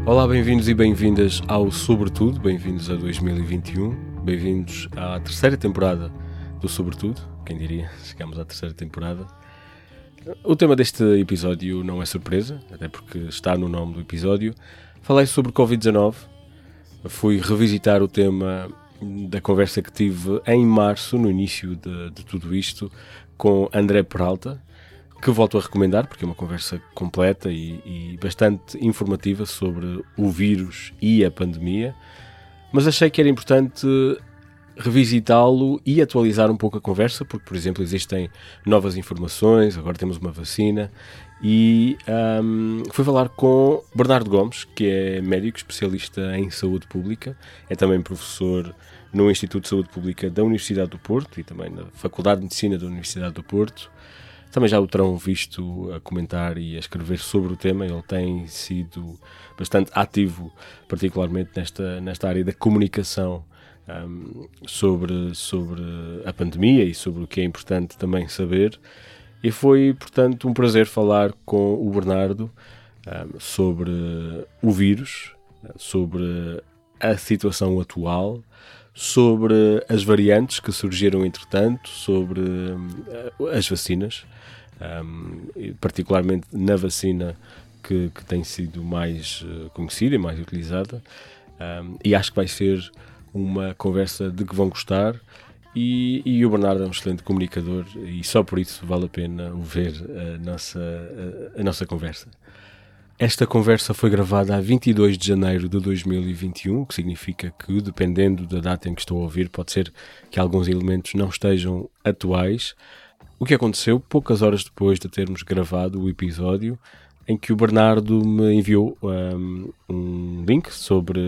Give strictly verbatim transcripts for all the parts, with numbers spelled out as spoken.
Olá, bem-vindos e bem-vindas ao Sobretudo, bem-vindos a dois mil e vinte e um, bem-vindos à terceira temporada do Sobretudo, quem diria, chegamos à terceira temporada. O tema deste episódio não é surpresa, até porque está no nome do episódio. Falei sobre covid dezanove, fui revisitar o tema da conversa que tive em março, no início de, de tudo isto, com André Peralta, que volto a recomendar, porque é uma conversa completa e, e bastante informativa sobre o vírus e a pandemia, mas achei que era importante revisitá-lo e atualizar um pouco a conversa, porque, por exemplo, existem novas informações, agora temos uma vacina, e um, fui falar com Bernardo Gomes, que é médico especialista em saúde pública, é também professor no Instituto de Saúde Pública da Universidade do Porto e também na Faculdade de Medicina da Universidade do Porto. Também já o terão visto a comentar e a escrever sobre o tema. Ele tem sido bastante ativo, particularmente nesta, nesta área da comunicação um, sobre, sobre a pandemia e sobre o que é importante também saber. E foi, portanto, um prazer falar com o Bernardo um, sobre o vírus, sobre a situação atual, sobre as variantes que surgiram entretanto, sobre um, as vacinas, um, particularmente na vacina que, que tem sido mais uh, conhecida e mais utilizada, um, e acho que vai ser uma conversa de que vão gostar, e, e o Bernardo é um excelente comunicador e só por isso vale a pena ouvir a nossa, a, a nossa conversa. Esta conversa foi gravada a vinte e dois de janeiro de dois mil e vinte e um, o que significa que, dependendo da data em que estou a ouvir, pode ser que alguns elementos não estejam atuais. O que aconteceu poucas horas depois de termos gravado o episódio, em que o Bernardo me enviou um, um link sobre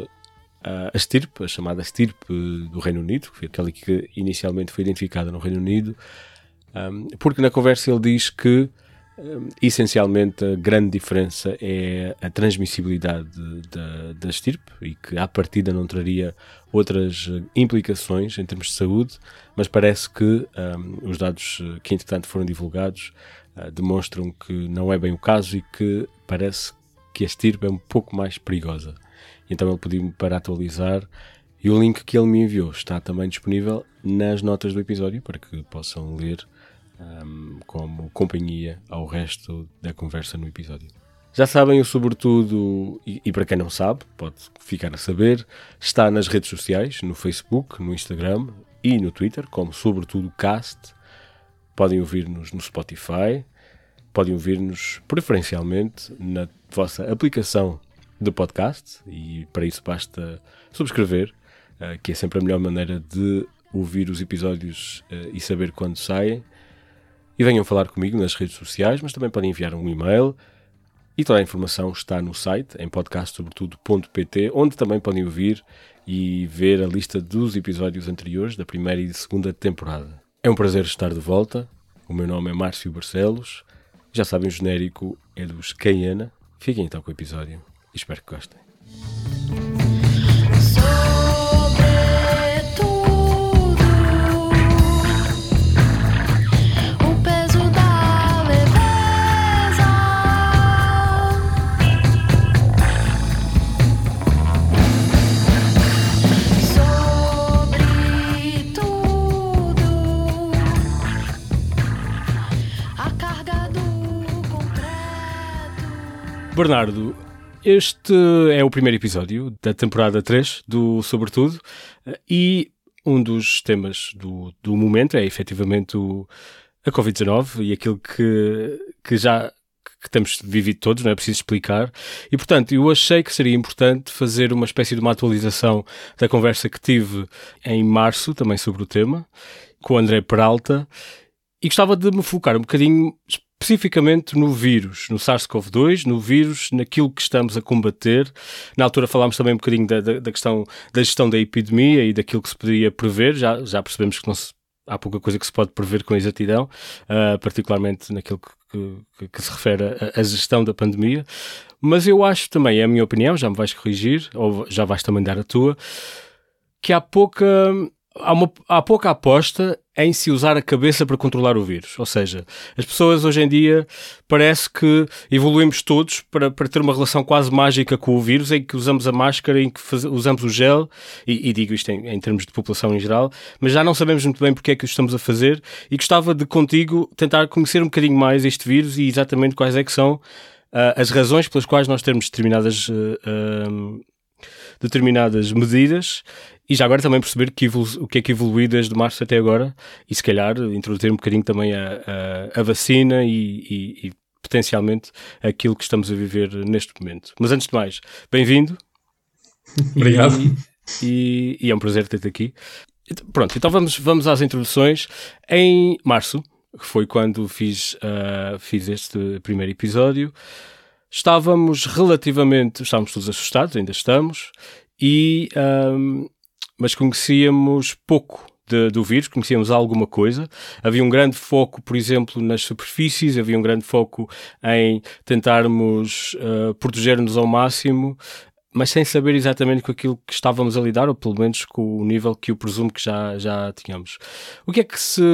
a, a estirpe, a chamada estirpe do Reino Unido, que foi aquela que inicialmente foi identificada no Reino Unido, um, porque na conversa ele diz que Um, essencialmente a grande diferença é a transmissibilidade da, da estirpe e que à partida não traria outras implicações em termos de saúde, mas parece que um, os dados que entretanto foram divulgados uh, demonstram que não é bem o caso e que parece que a estirpe é um pouco mais perigosa. Então ele pediu-me para atualizar e o link que ele me enviou está também disponível nas notas do episódio para que possam ler Um, como companhia ao resto da conversa no episódio. Já sabem, o Sobretudo, e, e para quem não sabe, pode ficar a saber, está nas redes sociais, no Facebook, no Instagram e no Twitter, como Sobretudo Cast. Podem ouvir-nos no Spotify, podem ouvir-nos preferencialmente na vossa aplicação de podcast, e para isso basta subscrever, uh, que é sempre a melhor maneira de ouvir os episódios uh, e saber quando saem. E venham falar comigo nas redes sociais, mas também podem enviar um e-mail, e toda a informação está no site, em podcast sobretudo ponto pt, onde também podem ouvir e ver a lista dos episódios anteriores da primeira e segunda temporada. É um prazer estar de volta. O meu nome é Márcio Barcelos. Já sabem, o genérico é dos Caiana. Fiquem então com o episódio e espero que gostem. Bernardo, este é o primeiro episódio da temporada três do Sobretudo e um dos temas do, do momento é efetivamente o, a covid dezanove e aquilo que, que já que temos vivido todos, não é preciso explicar, e portanto eu achei que seria importante fazer uma espécie de uma atualização da conversa que tive em março também sobre o tema, com o André Peralta, e gostava de me focar um bocadinho especificamente no vírus, no SARS-CoV dois, no vírus, naquilo que estamos a combater. Na altura falámos também um bocadinho da, da, da questão da gestão da epidemia e daquilo que se poderia prever. Já, já percebemos que não se, há pouca coisa que se pode prever com exatidão, uh, particularmente naquilo que, que, que se refere à gestão da pandemia. Mas eu acho também, é a minha opinião, já me vais corrigir, ou já vais também dar a tua, que há pouca... há, uma, há pouca aposta em se usar a cabeça para controlar o vírus. Ou seja, as pessoas hoje em dia parece que evoluímos todos para, para ter uma relação quase mágica com o vírus, em que usamos a máscara, em que faz, usamos o gel, e, e digo isto em, em termos de população em geral, mas já não sabemos muito bem porque é que o estamos a fazer, e gostava de contigo tentar conhecer um bocadinho mais este vírus e exatamente quais é que são uh, as razões pelas quais nós temos determinadas... Uh, uh, determinadas medidas e já agora também perceber que evolu- o que é que evoluiu desde março até agora e se calhar introduzir um bocadinho também a, a, a vacina e, e, e potencialmente aquilo que estamos a viver neste momento. Mas antes de mais, bem-vindo. Obrigado. E, e, e é um prazer ter-te aqui. Pronto, então vamos, vamos às introduções. Em março, que foi quando fiz, uh, fiz este primeiro episódio, estávamos relativamente, estávamos todos assustados, ainda estamos, e, um, mas conhecíamos pouco de, do vírus, conhecíamos alguma coisa. Havia um grande foco, por exemplo, nas superfícies, havia um grande foco em tentarmos uh, proteger-nos ao máximo, mas sem saber exatamente com aquilo que estávamos a lidar, ou pelo menos com o nível que eu presumo que já, já tínhamos. O que é que se,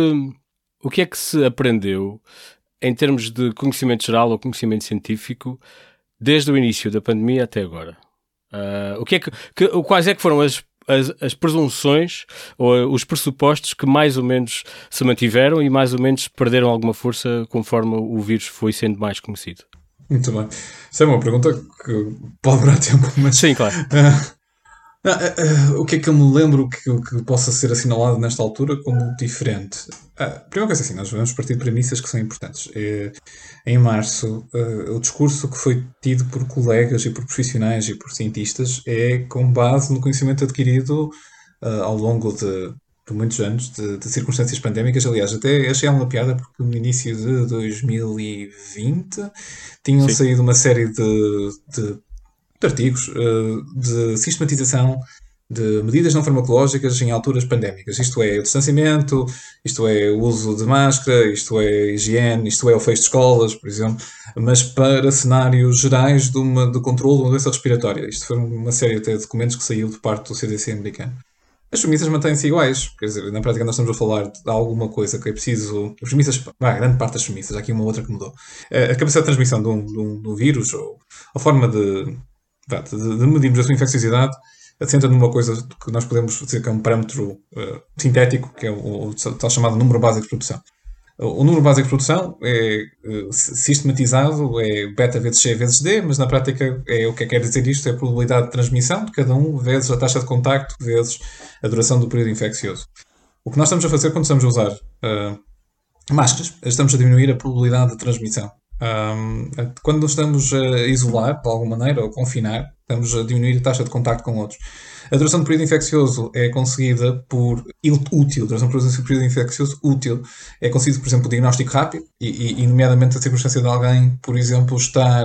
o que é que se aprendeu em termos de conhecimento geral ou conhecimento científico, desde o início da pandemia até agora? Uh, o que é que, que, quais é que foram as, as, as presunções ou os pressupostos que mais ou menos se mantiveram e mais ou menos perderam alguma força conforme o vírus foi sendo mais conhecido? Muito bem. Isso é uma pergunta que pode durar tempo, mas... Sim, claro. Uh, uh, uh, o que é que eu me lembro que, que possa ser assinalado nesta altura como diferente? Uh, primeiro que é assim, nós vamos partir de premissas que são importantes. É, em março, uh, o discurso que foi tido por colegas e por profissionais e por cientistas é com base no conhecimento adquirido uh, ao longo de, de muitos anos de, de circunstâncias pandémicas. Aliás, até achei uma piada porque no início de dois mil e vinte tinham Sim. saído uma série de, de, de artigos uh, de sistematização de medidas não farmacológicas em alturas pandémicas. Isto é o distanciamento, isto é o uso de máscara, isto é a higiene, isto é o fecho de escolas, por exemplo, mas para cenários gerais de, uma, de controle de uma doença respiratória. Isto foi uma série até de documentos que saiu de parte do C D C americano. As premissas mantêm-se iguais, quer dizer, na prática nós estamos a falar de alguma coisa que é preciso... As premissas, ah, grande parte das premissas, há aqui uma outra que mudou. A capacidade de transmissão de um, de um, de um vírus, ou a forma de, de, de medirmos a sua infecciosidade, assenta numa coisa que nós podemos dizer que é um parâmetro uh, sintético, que é o, o tal chamado número básico de produção. O, o número básico de produção é uh, sistematizado, é beta vezes C vezes D, mas na prática é o que quer dizer isto, é a probabilidade de transmissão de cada um vezes a taxa de contacto vezes a duração do período infeccioso. O que nós estamos a fazer quando estamos a usar uh, máscaras, estamos a diminuir a probabilidade de transmissão. Um, quando estamos a isolar, de alguma maneira, ou confinar, estamos a diminuir a taxa de contacto com outros. A duração do período infeccioso é conseguida por útil, a duração do período infeccioso útil é conseguido, por exemplo, o diagnóstico rápido e, e nomeadamente a circunstância de alguém, por exemplo, estar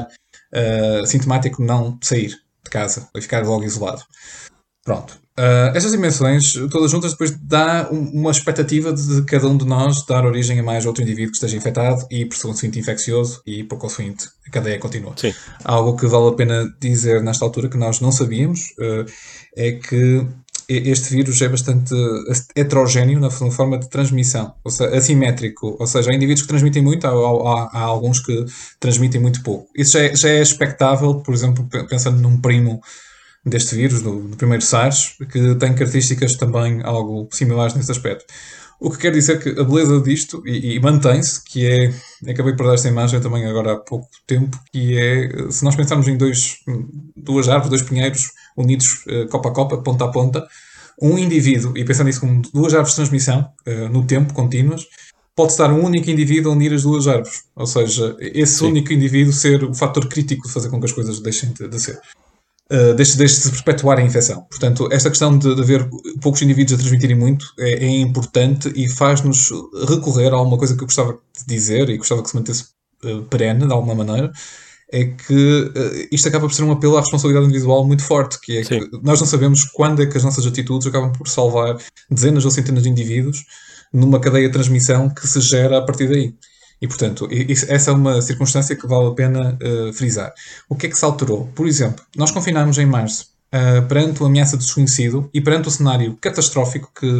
uh, sintomático, não sair de casa ou ficar logo isolado. Pronto. Uh, estas dimensões, todas juntas, depois dá um, uma expectativa de, de cada um de nós dar origem a mais outro indivíduo que esteja infectado e, por conseguinte, infeccioso e, por conseguinte, a cadeia continua. Sim. Algo que vale a pena dizer nesta altura que nós não sabíamos uh, é que este vírus é bastante heterogéneo na forma de transmissão, ou seja, assimétrico, ou seja, há indivíduos que transmitem muito, há, há, há alguns que transmitem muito pouco. Isso já é, já é expectável, por exemplo, pensando num primo deste vírus, do, do primeiro SARS, que tem características também algo similares nesse aspecto. O que quer dizer que a beleza disto, e, e mantém-se, que é, acabei por dar esta imagem também agora há pouco tempo, que é, se nós pensarmos em dois, duas árvores, dois pinheiros unidos uh, copa a copa, ponta a ponta, um indivíduo, e pensando nisso como duas árvores de transmissão, uh, no tempo, contínuas, pode estar um único indivíduo a unir as duas árvores. Ou seja, esse Sim. único indivíduo ser o fator crítico de fazer com que as coisas deixem de, de ser. Uh, deixe, deixe de se perpetuar a infecção. Portanto, esta questão de, de haver poucos indivíduos a transmitirem muito é, é importante e faz-nos recorrer a alguma coisa que eu gostava de dizer e gostava que se mantesse uh, perene, de alguma maneira, é que uh, isto acaba por ser um apelo à responsabilidade individual muito forte, que é Sim. que nós não sabemos quando é que as nossas atitudes acabam por salvar dezenas ou centenas de indivíduos numa cadeia de transmissão que se gera a partir daí. E, portanto, isso, essa é uma circunstância que vale a pena uh, frisar. O que é que se alterou? Por exemplo, nós confinámos em março uh, perante a ameaça do desconhecido e perante o cenário catastrófico que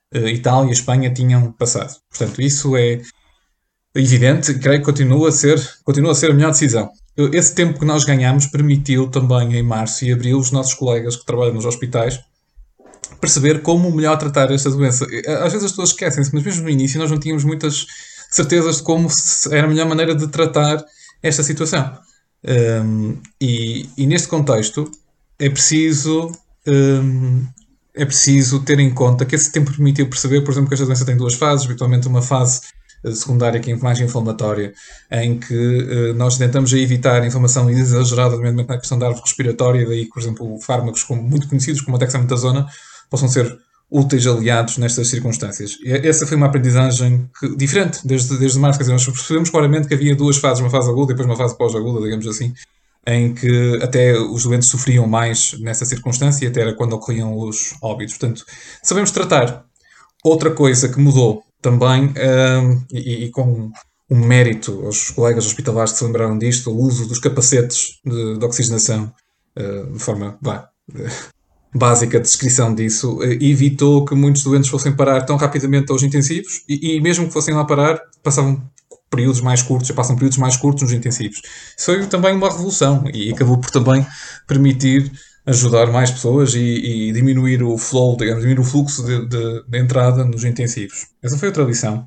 Itália e Espanha tinham passado. Portanto, isso é evidente, creio que continua a ser, continua a ser a melhor decisão. Esse tempo que nós ganhamos permitiu também, em março e abril, os nossos colegas que trabalham nos hospitais perceber como melhor tratar esta doença. Às vezes as pessoas esquecem-se, mas mesmo no início nós não tínhamos muitas certezas de como era a melhor maneira de tratar esta situação. Um, e, e neste contexto é preciso, um, é preciso ter em conta que esse tempo permitiu perceber, por exemplo, que esta doença tem duas fases, habitualmente uma fase secundária que é mais inflamatória, em que uh, nós tentamos evitar a inflamação exagerada, nomeadamente na questão da árvore respiratória, daí que, por exemplo, fármacos como, muito conhecidos como a dexametasona possam ser úteis aliados nestas circunstâncias. E essa foi uma aprendizagem que, diferente desde, desde março, quer dizer, nós percebemos claramente que havia duas fases, uma fase aguda e depois uma fase pós-aguda, digamos assim, em que até os doentes sofriam mais nessa circunstância e até era quando ocorriam os óbitos. Portanto, sabemos tratar. Outra coisa que mudou também, um, e, e com um mérito aos colegas hospitalares que se lembraram disto, o uso dos capacetes de, de oxigenação, uh, de forma vá, básica de descrição disso, uh, evitou que muitos doentes fossem parar tão rapidamente aos intensivos e, e mesmo que fossem lá parar, passavam períodos mais curtos, já passam períodos mais curtos nos intensivos. Isso foi também uma revolução e acabou por também permitir ajudar mais pessoas e, e diminuir o flow, digamos, diminuir o fluxo de, de, de entrada nos intensivos. Essa foi outra lição.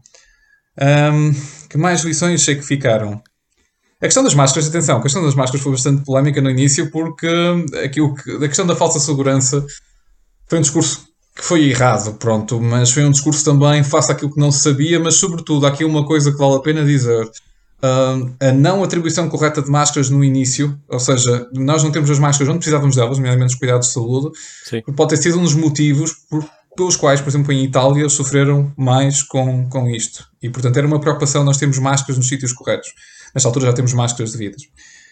Um, que mais lições é que ficaram? A questão das máscaras, atenção, a questão das máscaras foi bastante polémica no início porque aquilo que, a questão da falsa segurança foi um discurso que foi errado, pronto, mas foi um discurso também face àquilo que não se sabia, mas sobretudo há aqui uma coisa que vale a pena dizer. Uh, a não atribuição correta de máscaras no início, ou seja, nós não temos as máscaras onde precisávamos delas, nomeadamente os cuidados de saúde, Sim. pode ter sido um dos motivos por, pelos quais, por exemplo, em Itália, sofreram mais com, com isto. E, portanto, era uma preocupação nós termos máscaras nos sítios corretos. Nesta altura já temos máscaras devidas.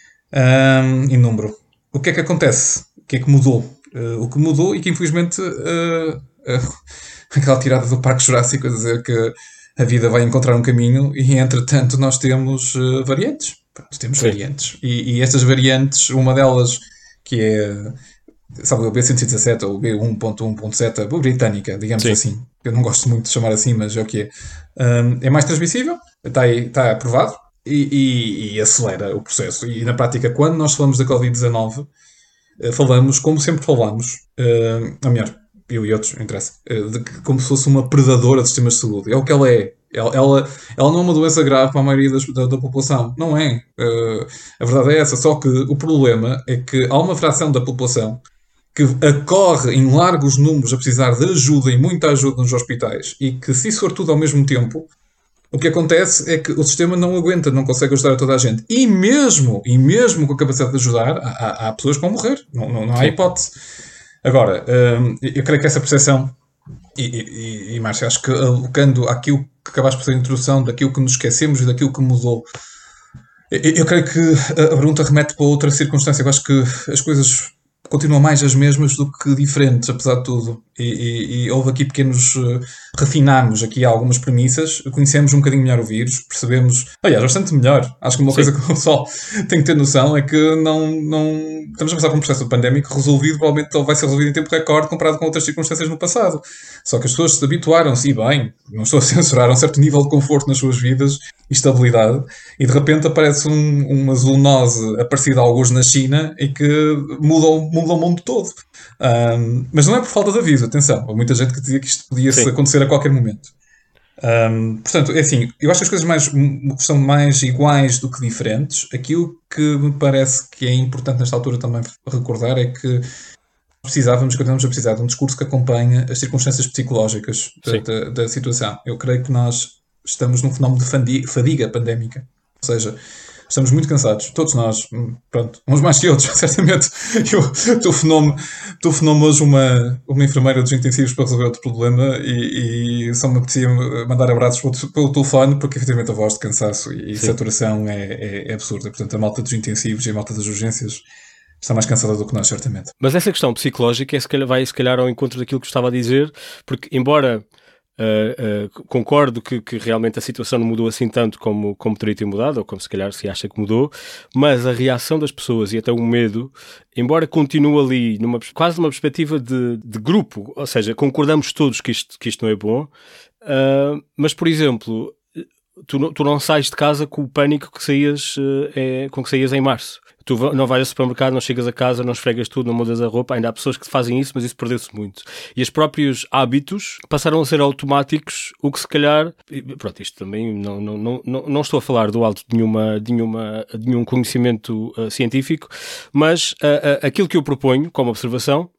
Um, em número. O que é que acontece? O que é que mudou? Uh, o que mudou e que, infelizmente, uh, uh, aquela tirada do Parque Jurássico a dizer que a vida vai encontrar um caminho e, entretanto, nós temos uh, variantes. Pronto, temos Sim. variantes. E, e estas variantes, uma delas que é, sabe, o B cento e dezassete ou o B um ponto um ponto sete, a britânica, digamos Sim. assim. Eu não gosto muito de chamar assim, mas é o que é. Um, é mais transmissível, está, aí, está aprovado e, e, e acelera o processo. E, na prática, quando nós falamos da covid dezanove, uh, falamos, como sempre falamos, uh, ou melhor, eu e outros, não interessa, de que, como se fosse uma predadora de sistemas de saúde. É o que ela é. Ela, ela, ela não é uma doença grave para a maioria das, da, da população. Não é. Uh, a verdade é essa. Só que o problema é que há uma fração da população que acorre em largos números a precisar de ajuda e muita ajuda nos hospitais e que, se isso for tudo ao mesmo tempo, o que acontece é que o sistema não aguenta, não consegue ajudar a toda a gente. E mesmo, e mesmo com a capacidade de ajudar, há, há pessoas que vão morrer. Não, não, não há hipótese. Agora, um, eu creio que essa percepção, e, e, e Márcio, acho que alocando aquilo que acabaste por ser a introdução, daquilo que nos esquecemos e daquilo que mudou, eu, eu creio que a pergunta remete para outra circunstância. Eu acho que as coisas continuam mais as mesmas do que diferentes, apesar de tudo. E, e, e houve aqui pequenos... Uh, refinamos aqui algumas premissas, conhecemos um bocadinho melhor o vírus, percebemos... Aliás, bastante melhor. Acho que uma Sim. coisa que o pessoal tem que ter noção é que não, não... estamos a passar por um processo pandémico resolvido, provavelmente ele vai ser resolvido em tempo recorde comparado com outras circunstâncias no passado. Só que as pessoas se habituaram-se, e bem, não estou a censurar, a um certo nível de conforto nas suas vidas e estabilidade, e de repente aparece um, uma zoonose aparecida a alguns na China e que muda, muda o mundo todo. Um, mas não é por falta de aviso, atenção. Há muita gente que dizia que isto podia acontecer a qualquer momento. Um, portanto, é assim, eu acho que as coisas mais, são mais iguais do que diferentes. Aquilo que me parece que é importante nesta altura também recordar é que precisávamos, continuamos a precisar de um discurso que acompanhe as circunstâncias psicológicas da, da, da situação. Eu creio que nós estamos num fenómeno de fadiga pandémica. Ou seja, estamos muito cansados, todos nós, pronto, uns mais que outros, certamente. Eu telefonou-me telefonou hoje uma, uma enfermeira dos intensivos para resolver outro problema e, e só me apetecia mandar abraços pelo, pelo telefone, porque efetivamente a voz de cansaço e Sim. saturação é, é, é absurda. Portanto, a malta dos intensivos e a malta das urgências está mais cansada do que nós, certamente. Mas essa questão psicológica é, se calhar, vai se calhar ao encontro daquilo que estava a dizer, porque embora uh, uh, concordo que, que realmente a situação não mudou assim tanto como, como teria ter mudado, ou como se calhar se acha que mudou, mas a reação das pessoas e até o medo, embora continue ali numa, quase numa perspectiva de, de grupo, ou seja, concordamos todos que isto, que isto não é bom, uh, mas, por exemplo, tu não, tu não sais de casa com o pânico que saías, uh, é, com que saías em março. Tu não vais ao supermercado, não chegas a casa, não esfregas tudo, não mudas a roupa. Ainda há pessoas que fazem isso, mas isso perdeu-se muito. E os próprios hábitos passaram a ser automáticos, o que se calhar... Pronto, isto também não, não, não, não, não estou a falar do alto de, nenhuma, de, nenhuma, de nenhum conhecimento uh, científico, mas uh, uh, aquilo que eu proponho como observação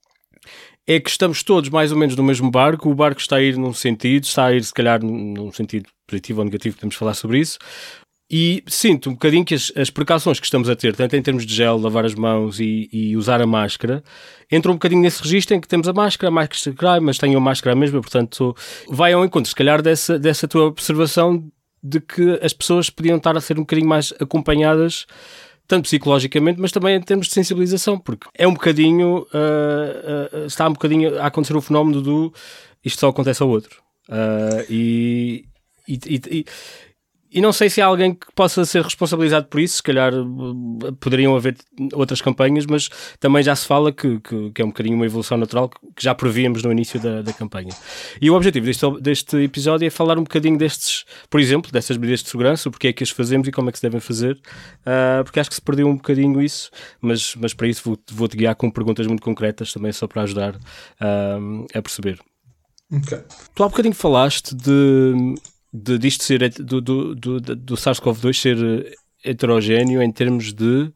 é que estamos todos mais ou menos no mesmo barco. O barco está a ir num sentido, está a ir se calhar num sentido positivo ou negativo, podemos falar sobre isso. E sinto um bocadinho que as, as precauções que estamos a ter, tanto em termos de gel, lavar as mãos e, e usar a máscara, entram um bocadinho nesse registro em que temos a máscara, a máscara cai, mas tenho a máscara mesmo, portanto vai ao encontro, se calhar, dessa, dessa tua observação de que as pessoas podiam estar a ser um bocadinho mais acompanhadas, tanto psicologicamente, mas também em termos de sensibilização, porque é um bocadinho, uh, uh, está um bocadinho a acontecer o fenómeno do isto só acontece ao outro. Uh, e... e, e, e E não sei se há alguém que possa ser responsabilizado por isso, se calhar poderiam haver outras campanhas, mas também já se fala que, que, que é um bocadinho uma evolução natural que já prevíamos no início da, da campanha. E o objetivo deste, deste episódio é falar um bocadinho destes, por exemplo, destas medidas de segurança, o porquê é que as fazemos e como é que se devem fazer, uh, porque acho que se perdeu um bocadinho isso, mas, mas para isso vou, vou-te guiar com perguntas muito concretas também só para ajudar uh, a perceber. Okay. Tu há bocadinho falaste de... de disto ser do, do, do, do SARS-CoV dois ser heterogéneo em termos de,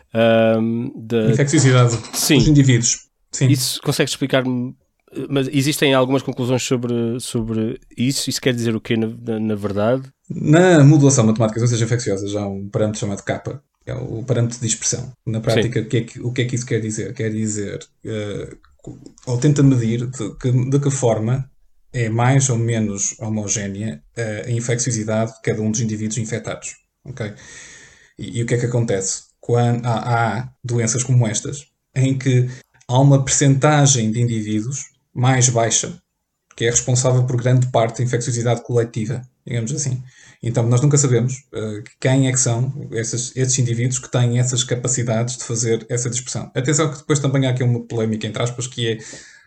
um, de... infecciosidade Sim. dos indivíduos. Sim. Isso consegues explicar-me? Mas existem algumas conclusões sobre, sobre isso? Isso quer dizer o quê na, na, na verdade? Na modulação matemática das doenças infecciosas há um parâmetro chamado kappa, que é o parâmetro de dispersão. Na prática, o que, é que, o que é que isso quer dizer? Quer dizer, uh, ou tenta medir de que, de que forma é mais ou menos homogénea a infecciosidade de cada um dos indivíduos infectados. Okay? E, e o que é que acontece? Quando há, há doenças como estas, em que há uma percentagem de indivíduos mais baixa, que é responsável por grande parte da infecciosidade coletiva, digamos assim. Então, nós nunca sabemos uh, quem é que são esses, esses indivíduos que têm essas capacidades de fazer essa dispersão. Atenção que depois também há aqui uma polémica, entre aspas, que é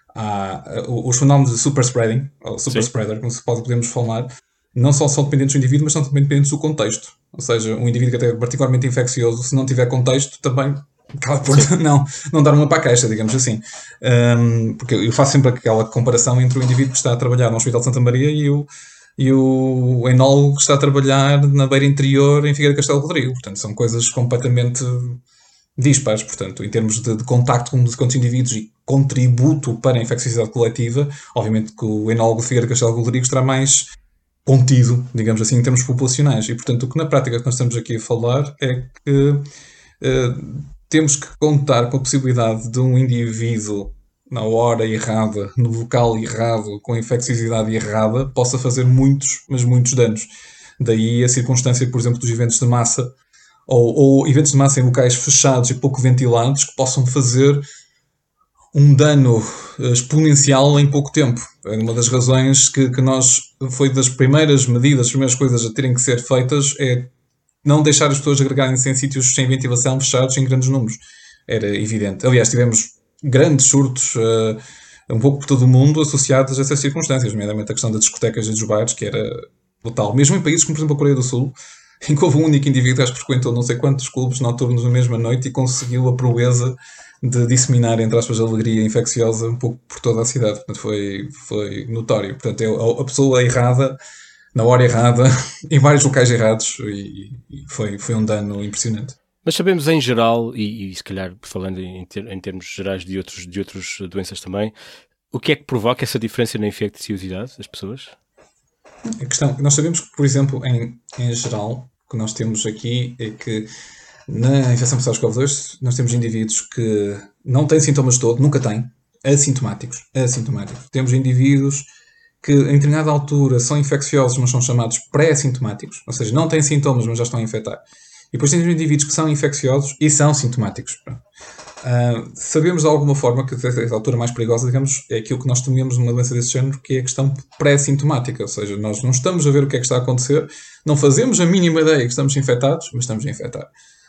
há, uh, os fenómenos de super spreading, ou super Sim. spreader, como se pode, podemos falar, não só são dependentes do indivíduo, mas são também dependentes do contexto. Ou seja, um indivíduo que até é particularmente infeccioso, se não tiver contexto, também acaba por não, não dar uma para a caixa, digamos assim. Um, porque eu faço sempre aquela comparação entre o indivíduo que está a trabalhar no Hospital de Santa Maria e o, e o enólogo que está a trabalhar na beira interior em Figueira de Castelo Rodrigo. Portanto, são coisas completamente dispares. Portanto, em termos de, de contacto com os indivíduos e contributo para a infecciosidade coletiva, obviamente que o enólogo de Figueira de Castelo Rodrigo estará mais contido, digamos assim, em termos populacionais. E, portanto, o que na prática que nós estamos aqui a falar é que uh, temos que contar com a possibilidade de um indivíduo na hora errada, no local errado, com a infecciosidade errada, possa fazer muitos, mas muitos danos. Daí a circunstância, por exemplo, dos eventos de massa, ou, ou eventos de massa em locais fechados e pouco ventilados, que possam fazer um dano exponencial em pouco tempo. É uma das razões que, que nós, foi das primeiras medidas, as primeiras coisas a terem que ser feitas, é não deixar as pessoas agregarem-se em sítios sem ventilação, fechados, em grandes números. Era evidente. Aliás, tivemos grandes surtos, uh, um pouco por todo o mundo, associados a essas circunstâncias, nomeadamente a questão das discotecas e dos bares, que era brutal. Mesmo em países como, por exemplo, a Coreia do Sul, em que houve um único indivíduo que frequentou não sei quantos clubes noturnos na mesma noite e conseguiu a proeza de disseminar, entre aspas, a alegria infecciosa um pouco por toda a cidade. Portanto, foi, foi notório. Portanto, é a pessoa errada, na hora errada, em vários locais errados, e, e foi, foi um dano impressionante. Mas sabemos em geral, e, e se calhar falando em, ter, em termos gerais de outros de outras doenças também, o que é que provoca essa diferença na infecciosidade das pessoas? A questão, nós sabemos que, por exemplo, em, em geral, o que nós temos aqui é que na infecção por SARS-CoV dois nós temos indivíduos que não têm sintomas de todo, nunca têm, assintomáticos, assintomáticos. Temos indivíduos que em determinada altura são infecciosos, mas são chamados pré-assintomáticos, ou seja, não têm sintomas, mas já estão a infectar. E depois temos indivíduos que são infecciosos e são sintomáticos. Uh, sabemos de alguma forma que a altura mais perigosa, digamos, é aquilo que nós tememos numa doença desse género, que é a questão pré-sintomática, ou seja, nós não estamos a ver o que é que está a acontecer, não fazemos a mínima ideia que estamos infectados, mas estamos a infectar.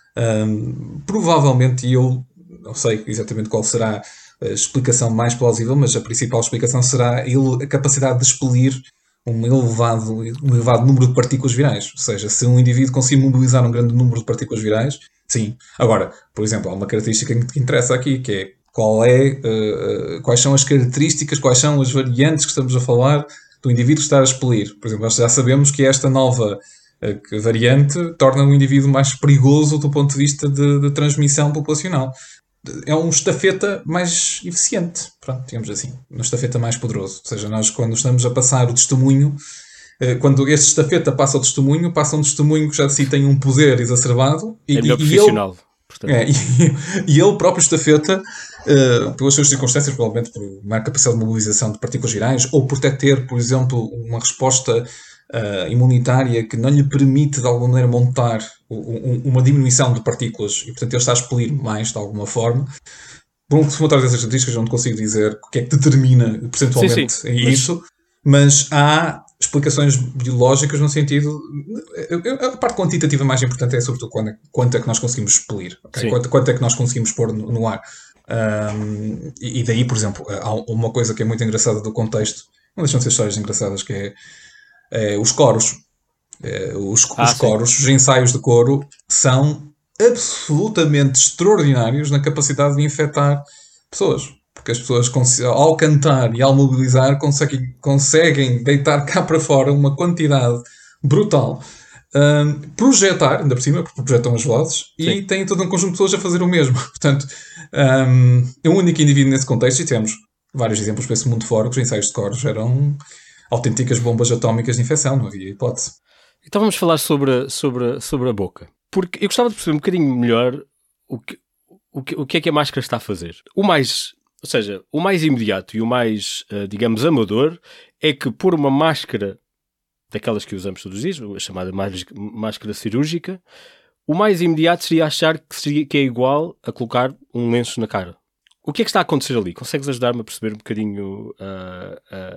Um, provavelmente, e eu não sei exatamente qual será a explicação mais plausível, mas a principal explicação será a capacidade de expelir um elevado, um elevado número de partículas virais. Ou seja, se um indivíduo conseguir mobilizar um grande número de partículas virais, sim. Agora, por exemplo, há uma característica que interessa aqui, que é, qual é uh, quais são as características, quais são as variantes que estamos a falar do indivíduo que está a expelir. Por exemplo, nós já sabemos que esta nova uh, variante torna o indivíduo mais perigoso do ponto de vista de, de transmissão populacional. É um estafeta mais eficiente, pronto, digamos assim, um estafeta mais poderoso. Ou seja, nós quando estamos a passar o testemunho, quando este estafeta passa o testemunho, passa um testemunho que já de si tem um poder exacerbado. E, é melhor e, profissional. E ele, é, e, e ele próprio estafeta, uh, pelas suas circunstâncias, provavelmente por uma capacidade de mobilização de partículas virais, ou por ter, por exemplo, uma resposta Uh, imunitária que não lhe permite de alguma maneira montar um, uma diminuição de partículas e portanto ele está a expelir mais de alguma forma. Bom, se montar essas estatísticas não te consigo dizer o que é que determina percentualmente sim, sim. isso, mas... mas há explicações biológicas no sentido... A parte quantitativa mais importante é sobretudo quanto, quanto é que nós conseguimos expelir, okay? quanto, quanto é que nós conseguimos pôr no, no ar. Um, e, e daí, por exemplo, há uma coisa que é muito engraçada do contexto, não deixam de ser histórias engraçadas, que é É, os coros, é, os, ah, os coros, os ensaios de coro são absolutamente extraordinários na capacidade de infectar pessoas, porque as pessoas ao cantar e ao mobilizar conseguem, conseguem deitar cá para fora uma quantidade brutal, um, projetar, ainda por cima, porque projetam as vozes, sim. E tem todo um conjunto de pessoas a fazer o mesmo. Portanto, um, é um único indivíduo nesse contexto, e temos vários exemplos para esse mundo fora, que os ensaios de coros eram autênticas bombas atómicas de infecção, não havia hipótese. Então vamos falar sobre, sobre, sobre a boca. Porque eu gostava de perceber um bocadinho melhor o que, o que, o que é que a máscara está a fazer. O mais, ou seja, o mais imediato e o mais, uh, digamos, amador é que pôr uma máscara daquelas que usamos todos os dias, a chamada máscara cirúrgica, o mais imediato seria achar que, seria, que é igual a colocar um lenço na cara. O que é que está a acontecer ali? Consegues ajudar-me a perceber um bocadinho... Uh, uh,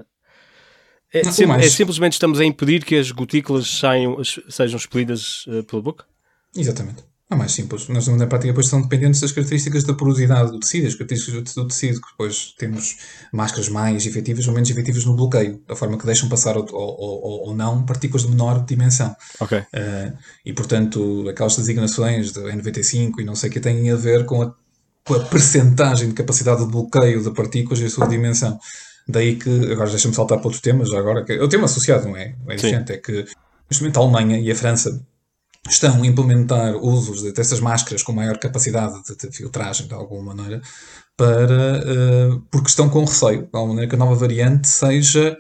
É, sim, mais... é simplesmente estamos a impedir que as gotículas saiam, sejam expelidas uh, pela boca? Exatamente. É mais simples. Nós, na prática, depois são dependentes das características da porosidade do tecido, as características do tecido, que depois temos máscaras mais efetivas ou menos efetivas no bloqueio, da forma que deixam passar ou, ou, ou, ou não partículas de menor dimensão. Ok. Uh, e, portanto, aquelas designações de N noventa e cinco e não sei o que têm a ver com a, com a percentagem de capacidade de bloqueio de partículas e a sua dimensão. Daí que, agora deixa-me saltar para outro tema, já agora, que é o tema associado, não é? É diferente, é que neste momento a Alemanha e a França estão a implementar usos dessas máscaras com maior capacidade de, de filtragem, de alguma maneira, para, uh, porque estão com receio, de alguma maneira, que a nova variante seja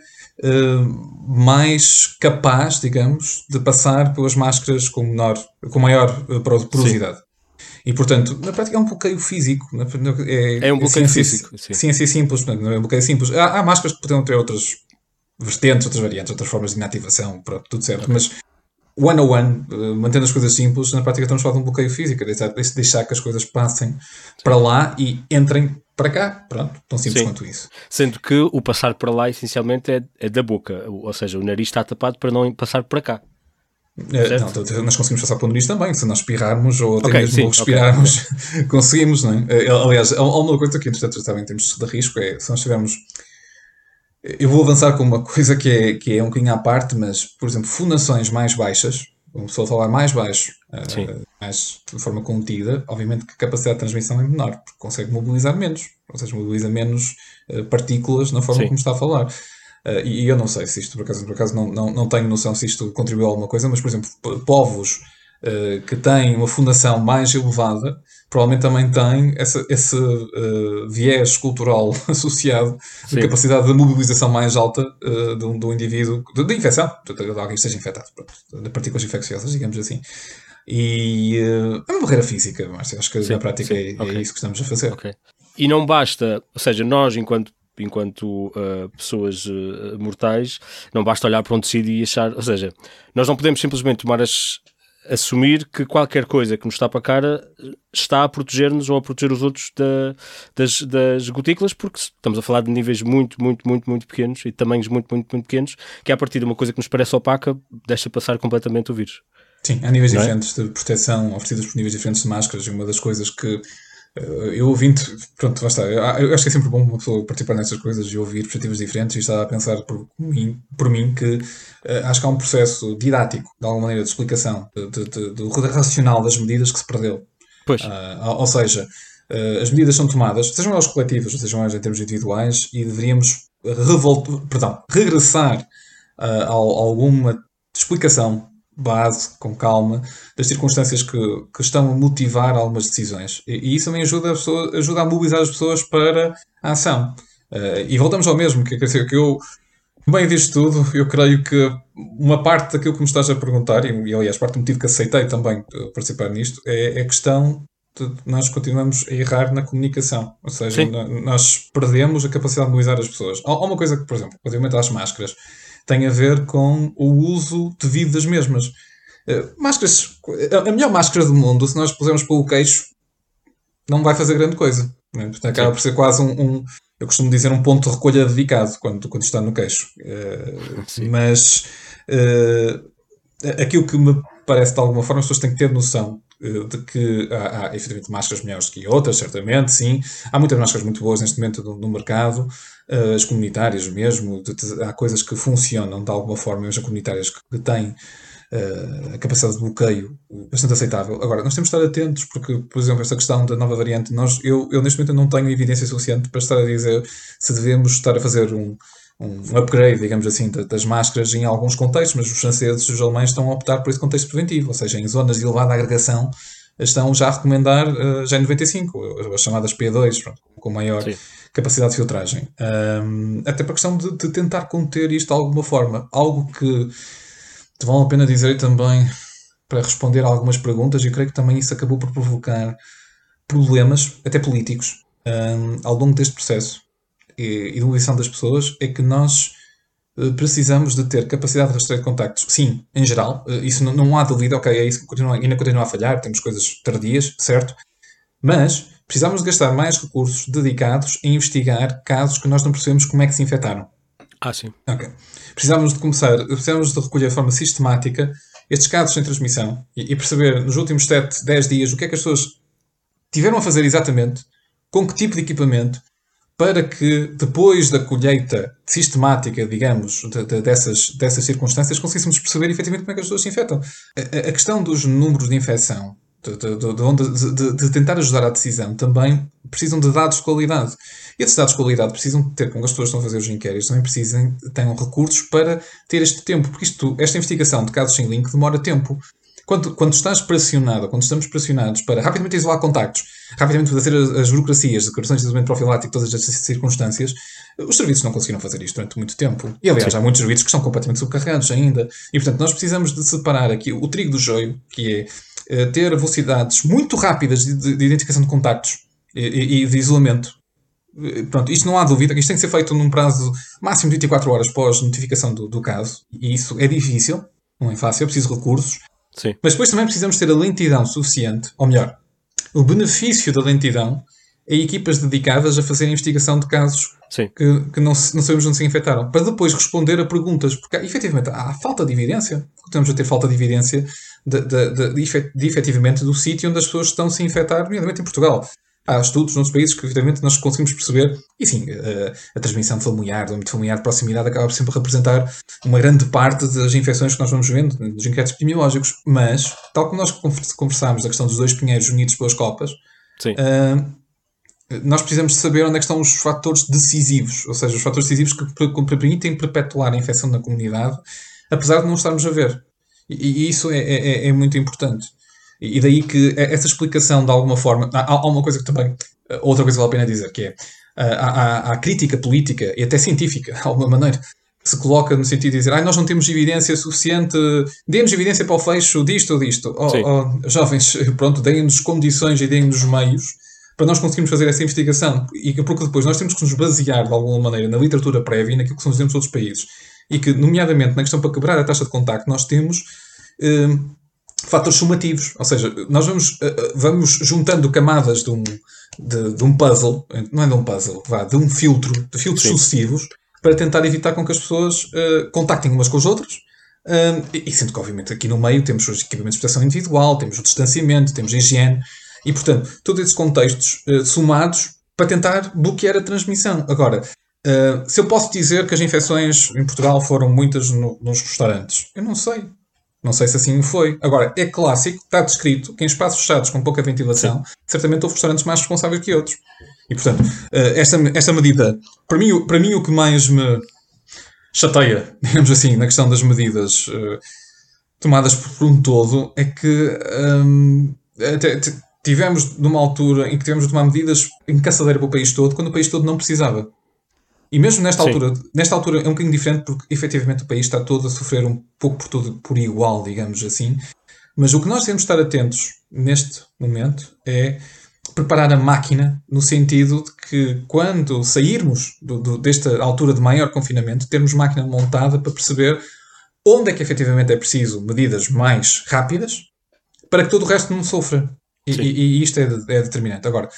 uh, mais capaz, digamos, de passar pelas máscaras com, menor, com maior uh, porosidade. Sim. E, portanto, na prática é um bloqueio físico. É, é um bloqueio ciência, físico. Sim. Ciência simples, não é um bloqueio simples. Há, há máscaras que podem ter outras vertentes, outras variantes, outras formas de inativação, pronto, tudo certo. Okay. Mas, one on one, mantendo as coisas simples, na prática estamos a falar de um bloqueio físico. Deixar, deixar que as coisas passem sim. para lá e entrem para cá. Pronto, tão simples sim. quanto isso. Sendo que o passar para lá, essencialmente, é, é da boca. Ou seja, o nariz está tapado para não passar para cá. Uh, não, nós conseguimos passar pelo nariz também, se nós espirrarmos ou até okay, mesmo sim, respirarmos, okay. conseguimos, não é? Uh, aliás, há uma coisa que entretanto também temos de risco, é se nós tivermos. Eu vou avançar com uma coisa que é, que é um bocadinho à parte, mas, por exemplo, fonações mais baixas, uma pessoa falar mais baixo, uh, mais de forma contida, obviamente que a capacidade de transmissão é menor, porque consegue mobilizar menos, ou seja, mobiliza menos uh, partículas na forma sim. como está a falar. Uh, e, e eu não sei se isto, por acaso, por acaso não, não, não tenho noção se isto contribuiu a alguma coisa, mas, por exemplo, povos uh, que têm uma fundação mais elevada, provavelmente também têm essa, esse uh, viés cultural associado Sim. de capacidade de mobilização mais alta uh, de, um, de um indivíduo, de, de infecção, de, de alguém que esteja infectado, pronto, de partículas infecciosas, digamos assim. E uh, é uma barreira física, Márcio, acho que sim, na prática sim. é, okay. é isso que estamos a fazer. Okay. E não basta, ou seja, nós enquanto enquanto uh, pessoas uh, mortais, não basta olhar para um tecido e achar, ou seja, nós não podemos simplesmente tomar as, assumir que qualquer coisa que nos tapa a cara está a proteger-nos ou a proteger os outros da, das, das gotículas, porque estamos a falar de níveis muito, muito, muito, muito pequenos e tamanhos muito, muito, muito pequenos, que a partir de uma coisa que nos parece opaca, deixa passar completamente o vírus. Sim, há níveis Não é? diferentes de proteção oferecidos por níveis diferentes de máscaras, e uma das coisas que eu ouvindo, pronto, lá está. Eu acho que é sempre bom uma pessoa participar nessas coisas e ouvir perspectivas diferentes, e estava a pensar por mim, por mim que uh, acho que há um processo didático, de alguma maneira, de explicação de, de, de, do racional das medidas que se perdeu. Pois. Uh, ou seja, uh, as medidas são tomadas, sejam elas coletivas, ou sejam elas em termos individuais, e deveríamos revoltar, perdão, regressar uh, a, a alguma explicação base, com calma, das circunstâncias que, que estão a motivar algumas decisões. E, e isso também ajuda a, pessoa, ajuda a mobilizar as pessoas para a ação. Uh, e voltamos ao mesmo, que, que eu, no meio disto tudo, eu creio que uma parte daquilo que me estás a perguntar, e, e aliás, parte do motivo que aceitei também participar nisto, é, é a questão de nós continuamos a errar na comunicação. Ou seja, n- nós perdemos a capacidade de mobilizar as pessoas. Há, há uma coisa que, por exemplo, relativamente às máscaras, tem a ver com o uso devido das mesmas. Uh, máscaras, a melhor máscara do mundo, se nós pusermos pelo queixo, não vai fazer grande coisa. Né? Portanto, acaba Sim. por ser quase um, um, eu costumo dizer, um ponto de recolha dedicado quando, quando está no queixo. Uh, mas uh, aquilo que me parece, de alguma forma, as pessoas têm que ter noção uh, de que há, há efetivamente máscaras melhores que outras, certamente, sim. Há muitas máscaras muito boas neste momento no, no mercado. Uh, as comunitárias mesmo, de, de, há coisas que funcionam de alguma forma, mesmo comunitárias que, que têm uh, a capacidade de bloqueio bastante aceitável. Agora, nós temos de estar atentos, porque, por exemplo, esta questão da nova variante, nós, eu, eu neste momento não tenho evidência suficiente para estar a dizer se devemos estar a fazer um, um upgrade, digamos assim, das máscaras em alguns contextos, mas os franceses e os alemães estão a optar por esse contexto preventivo, ou seja, em zonas de elevada agregação, estão já a recomendar uh, G noventa e cinco, as chamadas P dois, pronto, com maior Sim. capacidade de filtragem. Um, até para a questão de, de tentar conter isto de alguma forma. Algo que te vale a pena dizer também para responder a algumas perguntas, e eu creio que também isso acabou por provocar problemas, até políticos, um, ao longo deste processo e, e de mobilização das pessoas, é que nós precisamos de ter capacidade de rastreio de contactos. Sim, em geral, isso não, não há dúvida, ok, é isso que continua, ainda continua a falhar, temos coisas tardias, certo? Mas precisamos de gastar mais recursos dedicados a investigar casos que nós não percebemos como é que se infectaram. Ah, sim. Ok. Precisamos de começar, precisamos de recolher de forma sistemática estes casos sem transmissão e, e perceber nos últimos sete, dez dias o que é que as pessoas tiveram a fazer exatamente, com que tipo de equipamento, para que depois da colheita sistemática, digamos, de, de, dessas, dessas circunstâncias, conseguíssemos perceber efetivamente como é que as pessoas se infectam. A, a questão dos números de infecção, de, de, de, de, de tentar ajudar a decisão, também precisam de dados de qualidade. E esses dados de qualidade precisam de ter, com as pessoas que estão a fazer os inquéritos, também precisam, tenham recursos para ter este tempo, porque isto, esta investigação de casos sem link demora tempo. Quando, quando estás pressionado, quando estamos pressionados para rapidamente isolar contactos, rapidamente fazer as, as burocracias, declarações de isolamento profilático, todas estas circunstâncias, os serviços não conseguiram fazer isto durante muito tempo. E, aliás, Sim. há muitos serviços que estão completamente subcarregados ainda. E, portanto, nós precisamos de separar aqui o trigo do joio, que é uh, ter velocidades muito rápidas de, de, de identificação de contactos e, e de isolamento. Pronto, isto não há dúvida, isto tem que ser feito num prazo máximo de vinte e quatro horas pós notificação do, do caso. E isso é difícil, não é fácil, é preciso recursos. Sim. Mas depois também precisamos ter a lentidão suficiente, ou melhor, o benefício da lentidão a equipas dedicadas a fazer a investigação de casos Sim. que, que não, não sabemos onde se infectaram, para depois responder a perguntas, porque efetivamente há falta de evidência, continuamos a ter falta de evidência de, de, de, de, efet, de efetivamente do sítio onde as pessoas estão a se infectar, nomeadamente em Portugal. Há estudos noutros países que, evidentemente, nós conseguimos perceber, e sim, a, a transmissão familiar, do âmbito familiar de proximidade, acaba sempre a representar uma grande parte das infecções que nós vamos vendo, dos inquéritos epidemiológicos. Mas, tal como nós conversámos da questão dos dois pinheiros unidos pelas copas, uh, nós precisamos de saber onde é que estão os fatores decisivos, ou seja, os fatores decisivos que, que permitem perpetuar a infecção na comunidade, apesar de não estarmos a ver. E, e isso é, é, é muito importante. E daí que essa explicação, de alguma forma, há, há uma coisa que também, outra coisa que vale a pena dizer, que é a, a, a crítica política e até científica, de alguma maneira, que se coloca no sentido de dizer, ah, nós não temos evidência suficiente, dê-nos evidência para o fecho disto ou disto. Oh, oh, jovens, pronto, deem-nos condições e deem-nos meios para nós conseguirmos fazer essa investigação. E porque depois nós temos que nos basear, de alguma maneira, na literatura prévia e naquilo que são os exemplos de outros países. E que, nomeadamente, na questão para quebrar a taxa de contacto, nós temos... Eh, fatores sumativos. Ou seja, nós vamos, vamos juntando camadas de um, de, de um puzzle, não é de um puzzle, vá, de um filtro, de filtros Sim. sucessivos, para tentar evitar com que as pessoas uh, contactem umas com os outros. Uh, e, e sendo que, obviamente, aqui no meio temos os equipamentos de proteção individual, temos o distanciamento, temos a higiene, e, portanto, todos esses contextos uh, somados para tentar bloquear a transmissão. Agora, uh, se eu posso dizer que as infecções em Portugal foram muitas no, nos restaurantes, eu não sei. Não sei se assim foi. Agora, é clássico, está descrito que em espaços fechados com pouca ventilação, Sim. certamente houve restaurantes mais responsáveis que outros. E, portanto, esta, esta medida, para mim, para mim o que mais me chateia, digamos assim, na questão das medidas uh, tomadas por um todo, é que um, até, tivemos numa altura em que tivemos de tomar medidas em caçadeira para o país todo, quando o país todo não precisava. E mesmo nesta Sim. altura, nesta altura é um bocadinho diferente porque efetivamente o país está todo a sofrer um pouco por tudo por igual, digamos assim. Mas o que nós devemos estar atentos neste momento é preparar a máquina no sentido de que quando sairmos do, do, desta altura de maior confinamento, termos máquina montada para perceber onde é que efetivamente é preciso medidas mais rápidas para que todo o resto não sofra. E, e, e isto é, é determinante. Agora,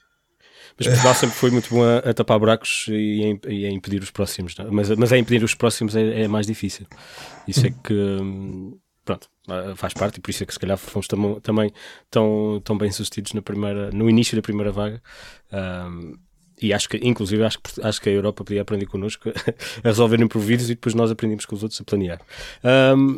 mas Portugal sempre foi muito bom a, a tapar buracos e a, e a impedir os próximos. Não? Mas, mas a impedir os próximos é, é mais difícil. Isso é que, pronto, faz parte e por isso é que se calhar fomos tam, também tão, tão bem sucedidos na primeira, no início da primeira vaga. Um, e acho que, inclusive, acho que, acho que a Europa podia aprender connosco a resolver improvisos e depois nós aprendemos com os outros a planear. Um...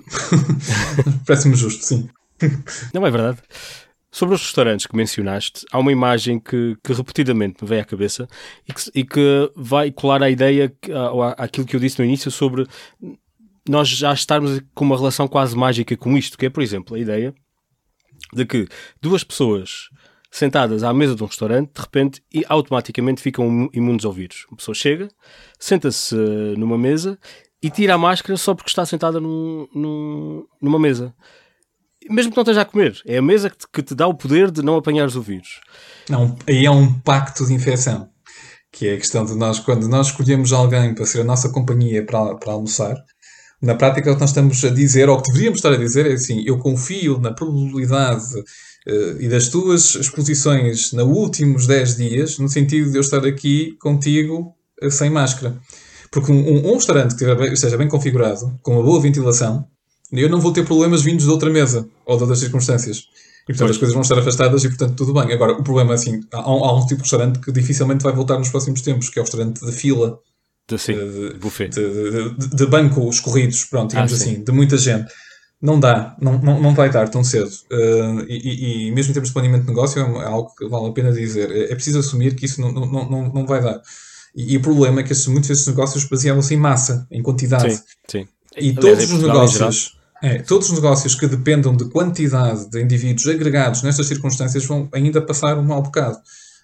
Parece-me justo, sim. Não é verdade? Sobre os restaurantes que mencionaste, há uma imagem que, que repetidamente me vem à cabeça e que, e que vai colar a ideia, àquilo que eu disse no início, sobre nós já estarmos com uma relação quase mágica com isto, que é, por exemplo, a ideia de que duas pessoas sentadas à mesa de um restaurante, de repente, e automaticamente ficam imunes ao vírus. Uma pessoa chega, senta-se numa mesa e tira a máscara só porque está sentada num, num, numa mesa. Mesmo que não esteja a comer, é a mesa que te, que te dá o poder de não apanhares o vírus. Não, aí é um pacto de infecção, que é a questão de nós, quando nós escolhemos alguém para ser a nossa companhia para, para almoçar, na prática o que nós estamos a dizer, ou o que deveríamos estar a dizer, é assim, eu confio na probabilidade uh, e das tuas exposições nos últimos dez dias, no sentido de eu estar aqui contigo uh, sem máscara. Porque um, um, um restaurante que esteja bem configurado, com uma boa ventilação, eu não vou ter problemas vindos de outra mesa ou de outras circunstâncias. E, portanto, pois. As coisas vão estar afastadas e, portanto, tudo bem. Agora, o problema é assim, há um, há um tipo de restaurante que dificilmente vai voltar nos próximos tempos, que é o restaurante de fila. De, sim, de, buffet. De, de, de bancos corridos, pronto, digamos ah, assim, de muita gente. Não dá, não, não, não vai dar tão cedo. Uh, e, e mesmo em termos de planeamento de negócio, é algo que vale a pena dizer. É, é preciso assumir que isso não, não, não, não vai dar. E, e o problema é que esses, muitos desses negócios baseavam-se em massa, em quantidade. Sim, sim. E aliás, todos os negócios... É, todos os negócios que dependam de quantidade de indivíduos agregados nestas circunstâncias vão ainda passar um mau bocado.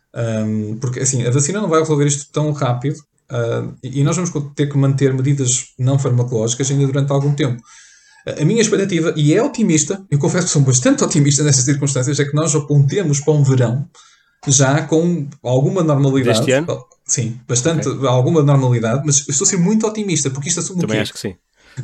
Um, porque, assim, a vacina não vai resolver isto tão rápido uh, e nós vamos ter que manter medidas não farmacológicas ainda durante algum tempo. A minha expectativa, e é otimista, eu confesso que sou bastante otimista nestas circunstâncias, é que nós apontemos para um verão já com alguma normalidade. Deste ano? Sim, bastante, okay. Alguma normalidade, mas eu estou a ser muito otimista, porque isto assume Também o quê? acho que sim.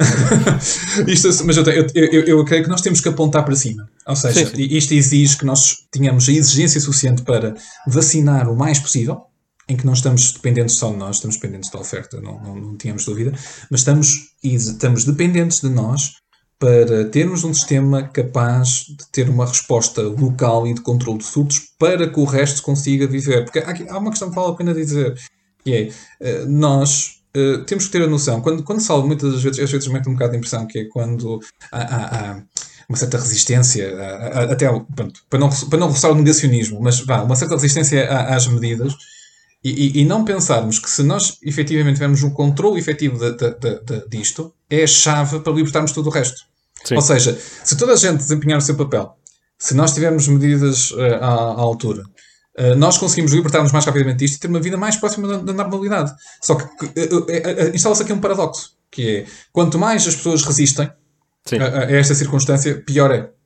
isto, mas eu, eu, eu, eu creio que nós temos que apontar para cima. Ou seja, sim, sim. Isto exige que nós tenhamos a exigência suficiente para vacinar o mais possível, em que não estamos dependentes só de nós, estamos dependentes da oferta, não, não, não tínhamos dúvida, mas estamos, estamos dependentes de nós para termos um sistema capaz de ter uma resposta local e de controle de surtos para que o resto consiga viver. Porque há, há uma questão que vale a pena dizer, que é, nós Uh, temos que ter a noção, quando, quando se fala muitas das vezes, às vezes mete um bocado de impressão, que é quando há, há, há uma certa resistência, há, há, até pronto, para não, para não roçar o negacionismo, mas vá, uma certa resistência às medidas, e, e, e não pensarmos que se nós efetivamente tivermos um controle efetivo de, de, de, de, disto, é a chave para libertarmos todo o resto. Sim. Ou seja, se toda a gente desempenhar o seu papel, se nós tivermos medidas uh, à, à altura, Uh, nós conseguimos libertar-nos mais rapidamente disto e ter uma vida mais próxima da, da normalidade. Só que uh, uh, uh, instala-se aqui um paradoxo, que é, quanto mais as pessoas resistem a, a esta circunstância, pior é.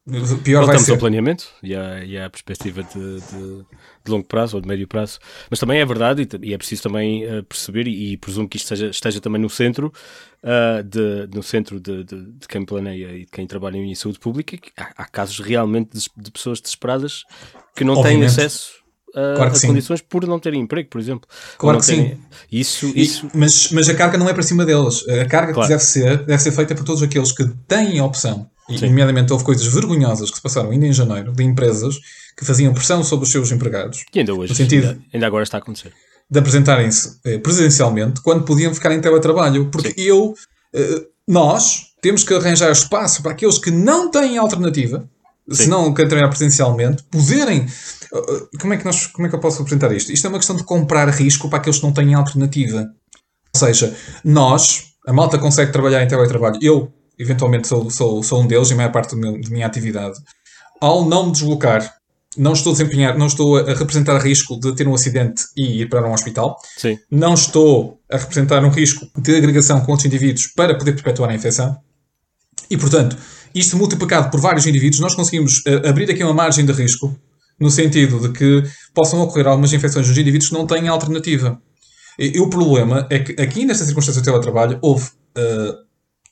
Pior vai Voltamos ser. ao planeamento e à, e à perspectiva de, de, de longo prazo ou de médio prazo. Mas também é verdade, e, e é preciso também uh, perceber, e, e presumo que isto esteja, esteja também no centro, uh, de, no centro de, de, de quem planeia e de quem trabalha em saúde pública, que há, há casos realmente de, de pessoas desesperadas que não têm Obviamente. acesso a, Claro que a sim. condições por não terem emprego, por exemplo. Ou Claro não que terem... sim. Isso, E- isso... mas, mas a carga não é para cima deles. A carga Claro. que deve ser, deve ser feita por todos aqueles que têm a opção. E, Sim. nomeadamente, houve coisas vergonhosas que se passaram ainda em janeiro, de empresas que faziam pressão sobre os seus empregados, E ainda hoje, no sentido ainda, ainda agora está a acontecer. de apresentarem-se eh, presencialmente quando podiam ficar em teletrabalho. Porque Sim. eu, eh, nós, temos que arranjar espaço para aqueles que não têm alternativa, Sim. se não querem trabalhar presencialmente, poderem. eh, Como é, que nós, como é que eu posso apresentar isto? Isto é uma questão de comprar risco para aqueles que não têm alternativa. Ou seja, nós, a malta consegue trabalhar em teletrabalho. Eu, eventualmente, sou, sou, sou um deles, e a maior parte do meu, da minha atividade. Ao não me deslocar, não estou a desempenhar, não estou a representar risco de ter um acidente e ir para um hospital. Sim. Não estou a representar um risco de agregação com outros indivíduos para poder perpetuar a infecção. E, portanto, isto multiplicado por vários indivíduos, nós conseguimos uh, abrir aqui uma margem de risco, no sentido de que possam ocorrer algumas infecções nos indivíduos que não têm alternativa. E, e o problema é que aqui, nesta circunstância do teletrabalho, houve... Uh,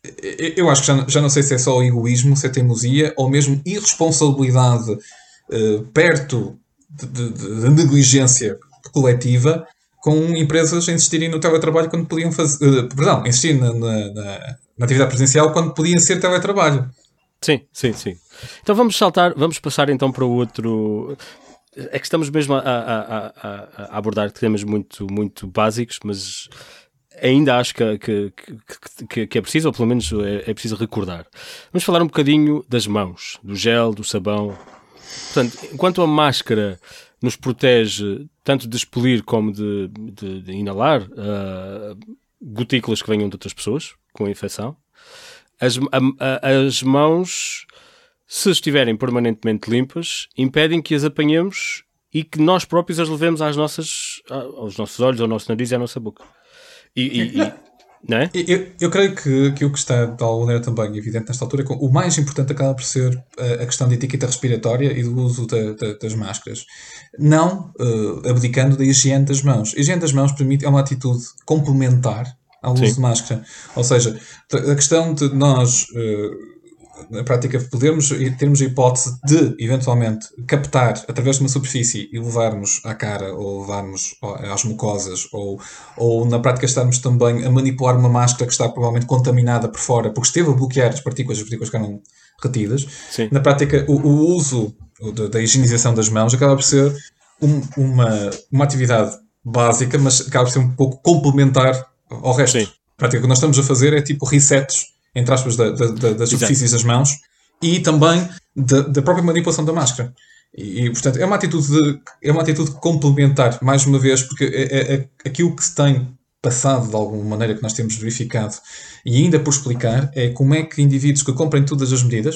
eu acho que já, já não sei se é só egoísmo, se é teimosia, ou mesmo irresponsabilidade uh, perto de, de, de negligência coletiva, com empresas a insistirem no teletrabalho quando podiam fazer... Uh, perdão, insistir na, na, na, na atividade presencial quando podia ser teletrabalho. Sim, sim, sim. Então vamos saltar, vamos passar então para o outro... É que estamos mesmo a, a, a, a abordar temas muito, muito básicos, mas ainda acho que, que, que, que é preciso, ou pelo menos é, é preciso recordar. Vamos falar um bocadinho das mãos, do gel, do sabão. Portanto, enquanto a máscara nos protege tanto de expelir como de, de, de inalar uh, gotículas que venham de outras pessoas com a infecção, as, a, a, as mãos, se estiverem permanentemente limpas, impedem que as apanhemos e que nós próprios as levemos às nossas, aos nossos olhos, ao nosso nariz e à nossa boca. E, e, e, não é? Eu, eu creio que, que o que está de alguma maneira também evidente nesta altura é que o mais importante acaba por ser a, a questão da etiqueta respiratória e do uso da, da, das máscaras. Não uh, abdicando da higiene das mãos. A higiene das mãos permite, é uma atitude complementar ao Sim. uso de máscara. Ou seja, a questão de nós... Uh, na prática, podermos termos a hipótese de, eventualmente, captar através de uma superfície e levarmos à cara ou levarmos às mucosas ou, ou na prática estarmos também a manipular uma máscara que está provavelmente contaminada por fora porque esteve a bloquear as partículas, as partículas ficaram retidas. Sim. Na prática, o, o uso da, da higienização das mãos acaba por ser um, uma, uma atividade básica, mas acaba por ser um pouco complementar ao resto. Sim. Na prática, o que nós estamos a fazer é tipo resets entre aspas, da, da, da, das superfícies das mãos e também da, da própria manipulação da máscara. E, e, portanto, é uma atitude de, é uma atitude complementar, mais uma vez, porque é, é, é aquilo que se tem passado de alguma maneira, que nós temos verificado, e ainda por explicar, é como é que indivíduos que cumprem todas as medidas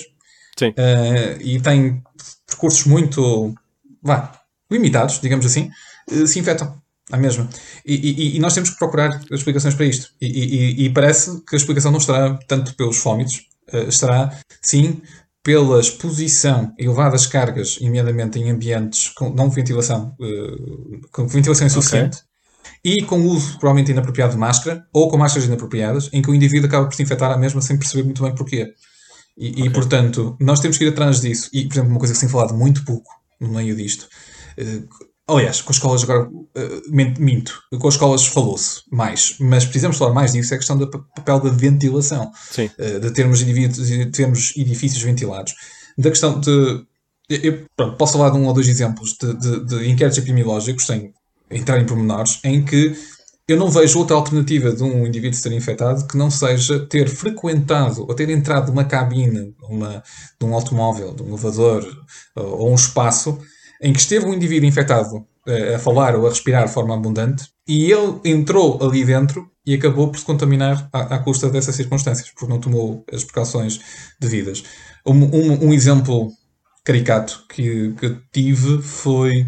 uh, e têm percursos muito vá, limitados, digamos assim, uh, se infectam. A mesma. E, e, e nós temos que procurar explicações para isto. E, e, e parece que a explicação não estará tanto pelos fómitos, uh, estará, sim, pela exposição e elevadas cargas, nomeadamente em ambientes com não ventilação, uh, com ventilação insuficiente, okay. E com o uso provavelmente inapropriado de máscara, ou com máscaras inapropriadas, em que o indivíduo acaba por se infectar à mesma sem perceber muito bem porquê. E, okay. e portanto, nós temos que ir atrás disso. E, por exemplo, uma coisa que se tem falado muito pouco no meio disto... Uh, Aliás, com as escolas agora, uh, minto, com as escolas falou-se mais, mas precisamos falar mais disso, é a questão do papel da ventilação, uh, de termos indivíduos, de termos edifícios ventilados. Da questão de, eu, pronto, posso falar de um ou dois exemplos de, de, de inquéritos epidemiológicos, sem entrar em pormenores, em que eu não vejo outra alternativa de um indivíduo ser infectado que não seja ter frequentado ou ter entrado numa cabine, uma, de um automóvel, de um elevador ou, ou um espaço em que esteve um indivíduo infectado uh, a falar ou a respirar de forma abundante e ele entrou ali dentro e acabou por se contaminar à, à custa dessas circunstâncias, porque não tomou as precauções devidas. Um, um, um exemplo caricato que, que tive foi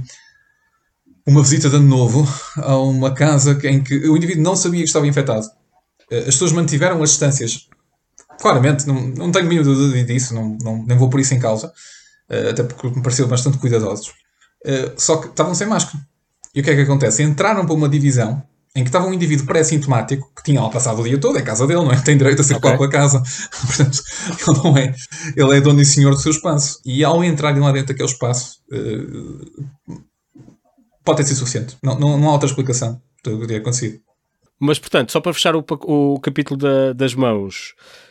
uma visita de ano novo a uma casa em que o indivíduo não sabia que estava infectado. Uh, as pessoas mantiveram as distâncias Claramente, não, não tenho mínima dúvida disso, não, não, nem vou por isso em causa, uh, até porque me pareceram bastante cuidadosos. Uh, só que estavam sem máscara. E o que é que acontece? Entraram para uma divisão em que estava um indivíduo pré-sintomático que tinha lá passado o dia todo, é a casa dele, não é? Tem direito a circular okay. pela casa. Portanto, ele não é. Ele é dono e senhor do seu espaço. E ao entrarem lá dentro daquele espaço, uh, pode ter sido suficiente. Não, não, não há outra explicação do que teria acontecido. Mas, portanto, só para fechar o, o capítulo da, das mãos,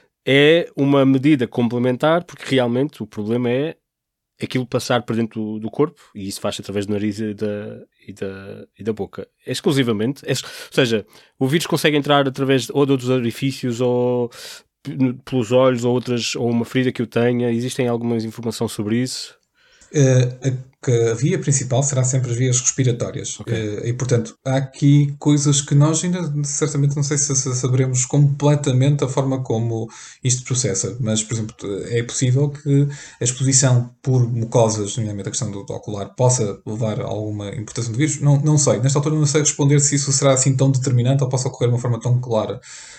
é uma medida complementar, porque realmente o problema é aquilo passar para dentro do, do corpo, e isso faz através do nariz e da, e da, e da boca. É exclusivamente. É, ou seja, o vírus consegue entrar através ou de outros orifícios, ou p- pelos olhos, ou, outras, ou uma ferida que eu tenha. Existem algumas informações sobre isso? Uh, a, a via principal será sempre as vias respiratórias. Okay. Uh, e, portanto, há aqui coisas que nós ainda, certamente, não sei se, se saberemos completamente a forma como isto processa. Mas, por exemplo, é possível que a exposição por mucosas, nomeadamente a questão do, do ocular, possa levar a alguma importação de vírus. Não, não sei. Nesta altura não sei responder se isso será assim tão determinante ou possa ocorrer de uma forma tão clara.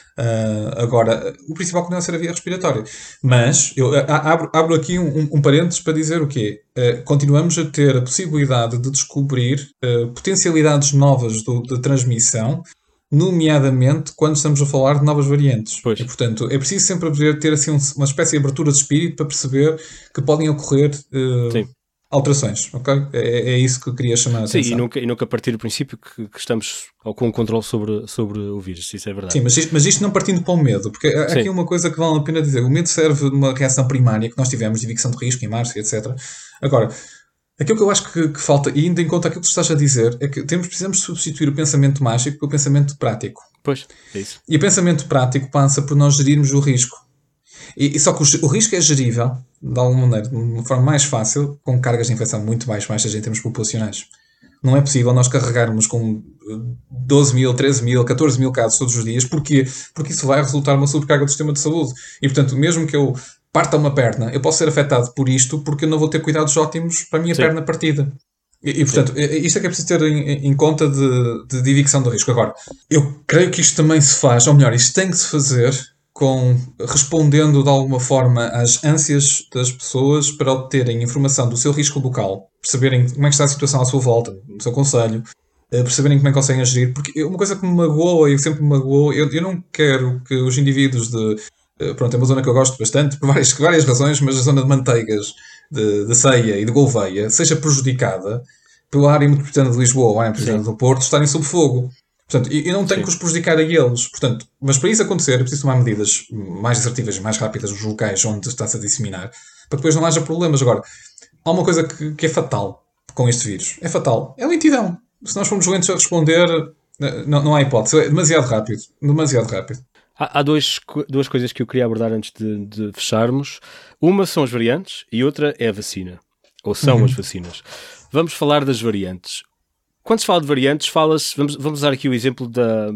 Uh, agora, o principal que não será a via respiratória. Mas, eu a, abro, abro aqui um, um, um parênteses para dizer o quê? Uh, continuamos a ter a possibilidade de descobrir uh, potencialidades novas do, de transmissão, nomeadamente quando estamos a falar de novas variantes. Pois. E, portanto, é preciso sempre ter assim, um, uma espécie de abertura de espírito para perceber que podem ocorrer uh, alterações, ok? É, é isso que eu queria chamar a Sim, atenção. E nunca, e nunca partir do princípio que, que estamos com o controle sobre, sobre o vírus, isso é verdade. Sim, mas isto, mas isto não partindo para o medo, porque há Sim. aqui uma coisa que vale a pena dizer. O medo serve de uma reação primária que nós tivemos de evicção de risco em março, etcétera. Agora, aquilo que eu acho que, que falta, e ainda em conta aquilo que tu estás a dizer, é que temos, precisamos substituir o pensamento mágico pelo pensamento prático. Pois, é isso. E o pensamento prático passa por nós gerirmos o risco. E, e só que o, o risco é gerível, de alguma maneira, de uma forma mais fácil, com cargas de infecção muito mais baixas em termos populacionais. Não é possível nós carregarmos com doze mil, treze mil, catorze mil casos todos os dias. Porquê? Porque isso vai resultar numa sobrecarga do sistema de saúde. E, portanto, mesmo que eu parta uma perna, eu posso ser afetado por isto porque eu não vou ter cuidados ótimos para a minha Sim. perna partida. E, e portanto, Sim. isto é que é preciso ter em, em conta de, de, de evicção do risco. Agora, eu creio que isto também se faz, ou melhor, isto tem que se fazer com, respondendo de alguma forma às ânsias das pessoas para obterem informação do seu risco local, perceberem como é que está a situação à sua volta, no seu concelho, perceberem como é que conseguem agir, porque uma coisa que me magoou e sempre me magoou, eu, eu não quero que os indivíduos de, pronto, é uma zona que eu gosto bastante, por várias, várias razões, mas a zona de Manteigas, de, de Ceia e de Gouveia, seja prejudicada pela área metropolitana de Lisboa ou a área metropolitana do Porto estarem sob fogo. Portanto, eu não tenho Sim. que os prejudicar a eles. Portanto, mas para isso acontecer, é preciso tomar medidas mais assertivas e mais rápidas nos locais onde está-se a disseminar, para que depois não haja problemas. Agora, há uma coisa que, que é fatal com este vírus. É fatal. É lentidão. Se nós formos lentos a responder, não, não há hipótese. É demasiado rápido. Demasiado rápido. Há, há dois, duas coisas que eu queria abordar antes de, de fecharmos. Uma são as variantes e outra é a vacina. Ou são uhum. as vacinas. Vamos falar das variantes. Quando se fala de variantes, fala-se, vamos, vamos usar aqui o exemplo da,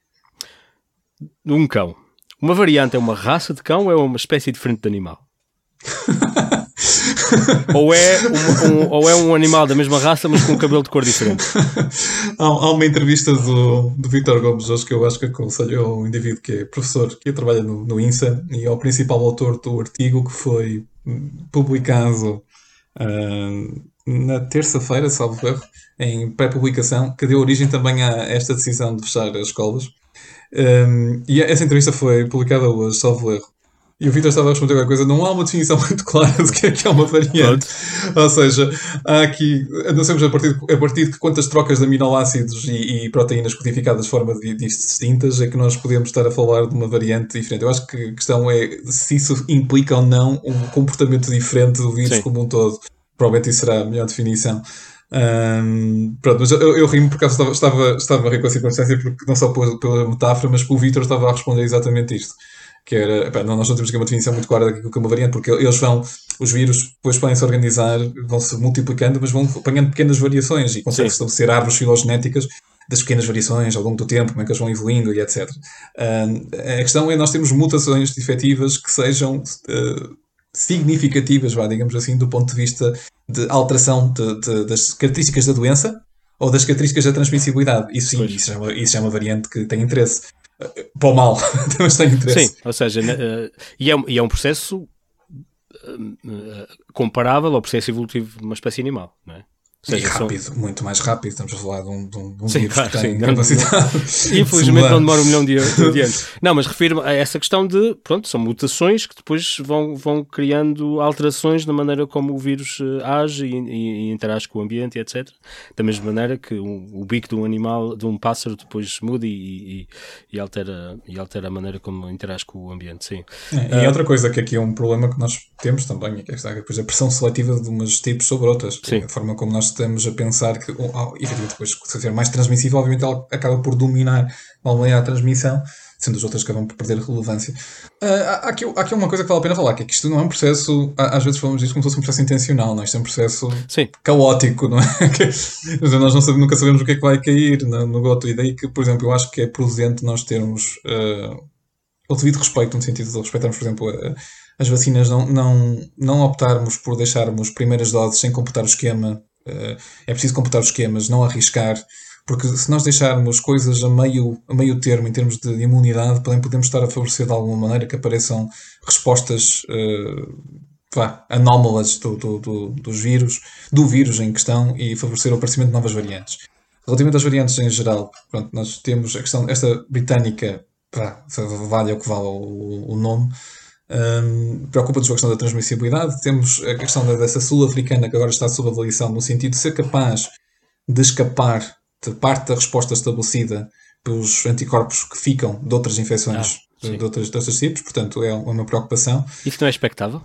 de um cão. Uma variante é uma raça de cão ou é uma espécie diferente de animal? ou, é um, um, ou é um animal da mesma raça, mas com um cabelo de cor diferente? há, há uma entrevista do, do Vítor Gomes hoje que eu acho que aconselho a um indivíduo que é professor, que trabalha no, no INSA, e é o principal autor do artigo que foi publicado uh, na terça-feira, salvo erro, em pré-publicação, que deu origem também a esta decisão de fechar as escolas. Um, e essa entrevista foi publicada hoje, salvo erro. E o Vítor estava a responder alguma coisa. Não há uma definição muito clara do que é que é uma variante. Pronto. Ou seja, há aqui, não sabemos a partir de, a partir de quantas trocas de aminoácidos e, e proteínas codificadas de forma distintas é que nós podemos estar a falar de uma variante diferente. Eu acho que a questão é se isso implica ou não um comportamento diferente do vírus Sim. como um todo. Provavelmente isso será a melhor definição. Um, pronto, mas eu, eu rimo porque estava, estava, estava a rir com a circunstância, porque não só pela, pela metáfora, mas porque o Vítor estava a responder exatamente isto. Que era, epá, não, nós não temos aqui uma definição muito clara daquilo que é uma variante, porque eles vão, os vírus depois podem-se organizar, vão-se multiplicando, mas vão apanhando pequenas variações e conseguem estabelecer árvores filogenéticas das pequenas variações ao longo do tempo, como é que elas vão evoluindo e etcétera. Um, a questão é nós temos mutações efetivas que sejam uh, significativas, vá, digamos assim, do ponto de vista de alteração de, de, das características da doença ou das características da transmissibilidade. Isso sim, isso é, uma, isso é uma variante que tem interesse. para o mal, mas tem interesse. Sim, ou seja, uh, e, é, e é um processo uh, uh, comparável ao processo evolutivo de uma espécie animal, não é? Seja, e rápido, são... muito mais rápido. Estamos a falar de um, de um, de um sim, vírus claro, que tem sim, capacidade. Não, infelizmente não demora um milhão de, de anos. Não, mas refiro-me a essa questão de, pronto, são mutações que depois vão, vão criando alterações na maneira como o vírus age e, e, e interage com o ambiente, etcétera. Da mesma maneira que o, o bico de um animal, de um pássaro, depois muda e, e, e, altera, e altera a maneira como interage com o ambiente, sim. É, e uh, outra coisa que aqui é um problema que nós temos também, é que é depois a pressão seletiva de umas tipos sobre outras. Sim. A forma como nós estamos a pensar que, oh, efetivamente, depois, se for mais transmissível, obviamente ela acaba por dominar a transmissão, sendo as outras que acabam por perder relevância. Uh, há, aqui, há aqui uma coisa que vale a pena falar, que é que isto não é um processo, às vezes falamos disto como se fosse um processo intencional, não é? Isto é um processo Sim. caótico, não é? Nós não sabemos, nunca sabemos o que é que vai cair no, no goto, e daí que, por exemplo, eu acho que é prudente nós termos uh, o devido respeito, no sentido de respeitarmos, por exemplo, a, as vacinas, não, não, não optarmos por deixarmos primeiras doses sem computar o esquema. Uh, é preciso computar os esquemas, não arriscar, porque se nós deixarmos coisas a meio, a meio termo em termos de imunidade, podemos, podemos estar a favorecer de alguma maneira que apareçam respostas uh, vá, anómalas do, do, do, dos vírus, do vírus em questão, e favorecer o aparecimento de novas variantes. Relativamente às variantes em geral, pronto, nós temos a questão, esta britânica, vá, vale o que vale o, o nome. Um, preocupa-nos com a questão da transmissibilidade. Temos a questão dessa sul-africana que agora está sob avaliação, no sentido de ser capaz de escapar de parte da resposta estabelecida pelos anticorpos que ficam de outras infecções, ah, de, de, outras, de outros tipos. Portanto, é uma preocupação. Isso não é expectável?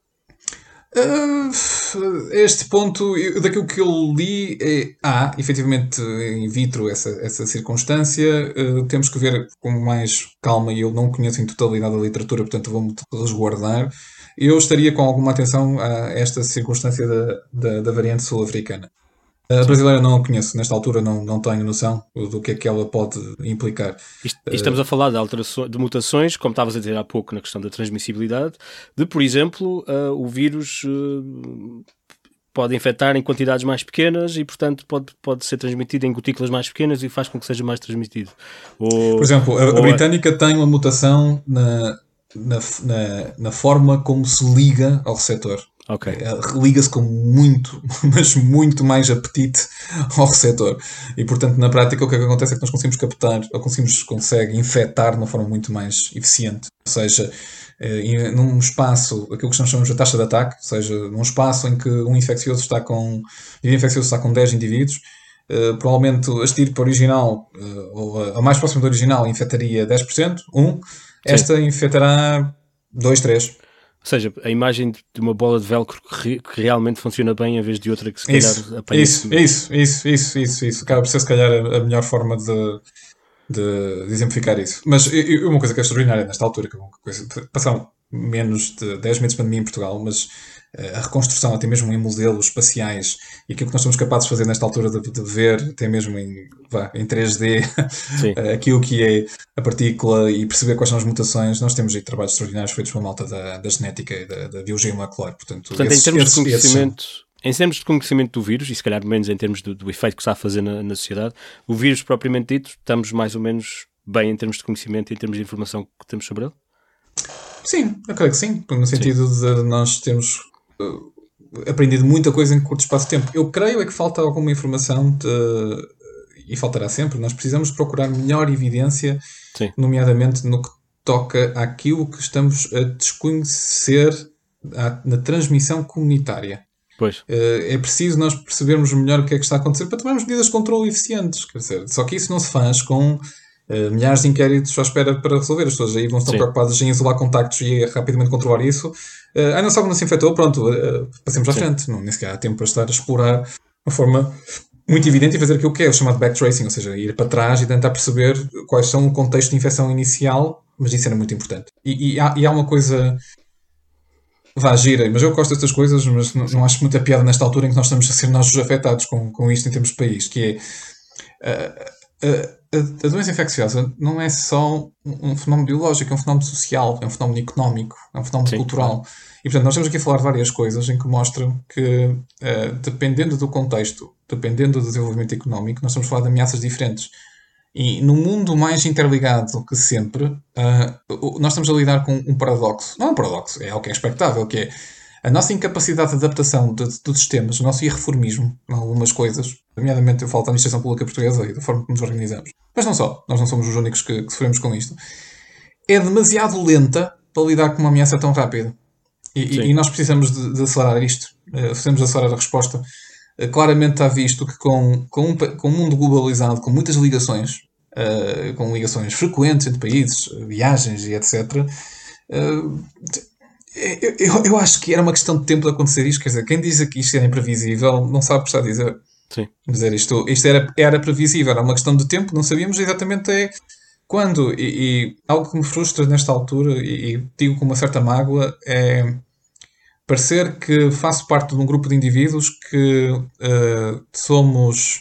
Uh, este ponto, eu, daquilo que eu li, é, há efetivamente in vitro essa, essa circunstância. Uh, temos que ver com mais calma, e eu não conheço em totalidade a literatura, portanto vou-me resguardar. Eu estaria com alguma atenção a esta circunstância da, da, da variante sul-africana. A brasileira não a conheço, nesta altura não, não tenho noção do que é que ela pode implicar. Isto, estamos a falar de, alterações, de mutações, como estavas a dizer há pouco na questão da transmissibilidade, de, por exemplo, uh, o vírus uh, pode infectar em quantidades mais pequenas e, portanto, pode, pode ser transmitido em gotículas mais pequenas e faz com que seja mais transmitido. Ou, por exemplo, a, ou, a britânica tem uma mutação na, na, na, na forma como se liga ao receptor. Okay. Liga-se com muito, mas muito mais apetite ao receptor. E, portanto, na prática, o que, é que acontece é que nós conseguimos captar, ou conseguimos consegue infectar de uma forma muito mais eficiente. Ou seja, eh, num espaço, aquilo que nós chamamos de taxa de ataque, ou seja, num espaço em que um infeccioso está com, um infeccioso está com dez indivíduos, eh, provavelmente a estirpe original, eh, ou a, a mais próxima do original, infectaria dez por cento, um, esta Sim. infectará dois, três. Ou seja, a imagem de uma bola de velcro que, re, que realmente funciona bem em vez de outra que se isso, calhar apanha. Isso, isso, isso, isso, isso, isso. Acaba por ser se calhar a, a melhor forma de, de, de exemplificar isso. Mas eu, uma coisa que é extraordinária nesta altura, que coisa, passaram menos de dez meses de pandemia em Portugal, mas uh, a reconstrução até mesmo em modelos espaciais e aquilo que nós somos capazes de fazer nesta altura de, de ver, até mesmo em, vá, em três D, uh, aquilo que é a partícula e perceber quais são as mutações. Nós temos aí trabalhos extraordinários feitos pela malta da, da genética e da, da biologia molecular. Portanto, Portanto esses, em termos esses, de conhecimento... Esses, Em termos de conhecimento do vírus, e se calhar menos em termos do, do efeito que está a fazer na, na sociedade, o vírus propriamente dito, estamos mais ou menos bem em termos de conhecimento e em termos de informação que temos sobre ele? Sim, eu creio que sim, no sentido sim. de nós termos uh, aprendido muita coisa em curto espaço de tempo. Eu creio é que falta alguma informação de, e faltará sempre. Nós precisamos procurar melhor evidência, sim. nomeadamente no que toca àquilo que estamos a desconhecer à, na transmissão comunitária. Pois. Uh, é preciso nós percebermos melhor o que é que está a acontecer para tomarmos medidas de controle eficientes. Quer dizer, só que isso não se faz com uh, milhares de inquéritos à espera para resolver. As pessoas aí vão estar Sim. preocupadas em isolar contactos e rapidamente controlar isso. Uh, ah, não sabe, não se infectou, pronto, uh, passemos à Sim. frente. Não, nem sequer há tempo para estar a explorar de uma forma muito evidente e fazer aquilo que é o chamado backtracing, ou seja, ir para trás e tentar perceber quais são o contexto de infecção inicial, mas isso era muito importante. E, e, há, e há uma coisa... Vá, gira, mas eu gosto destas coisas, mas não, não acho muita piada nesta altura em que nós estamos a ser nós os afetados com, com isto em termos de país, que é a, a, a doença infecciosa não é só um fenómeno biológico, é um fenómeno social, é um fenómeno económico, é um fenómeno Sim. cultural. E portanto nós temos aqui a falar de várias coisas em que mostram que, uh, dependendo do contexto, dependendo do desenvolvimento económico, nós estamos a falar de ameaças diferentes. E no mundo mais interligado que sempre, uh, nós estamos a lidar com um paradoxo. Não é um paradoxo, é o que é expectável, que é a nossa incapacidade de adaptação de, de, dos sistemas, o nosso irreformismo em algumas coisas, nomeadamente eu falo da administração pública portuguesa e da forma como nos organizamos. Mas não só, nós não somos os únicos que, que sofremos com isto. É demasiado lenta para lidar com uma ameaça tão rápida. E, e nós precisamos de, de acelerar isto. Uh, precisamos de acelerar a resposta. Uh, claramente está visto que com, com, um, com um mundo globalizado, com muitas ligações, uh, com ligações frequentes entre países, viagens e etcétera, uh, Eu, eu, eu acho que era uma questão de tempo de acontecer isto. Quer dizer, quem diz que isto era imprevisível não sabe o que está a dizer. Sim. Quer dizer, isto, isto era, era previsível, era uma questão de tempo, não sabíamos exatamente é quando. E, e algo que me frustra nesta altura, e, e digo com uma certa mágoa, é parecer que faço parte de um grupo de indivíduos que uh, somos.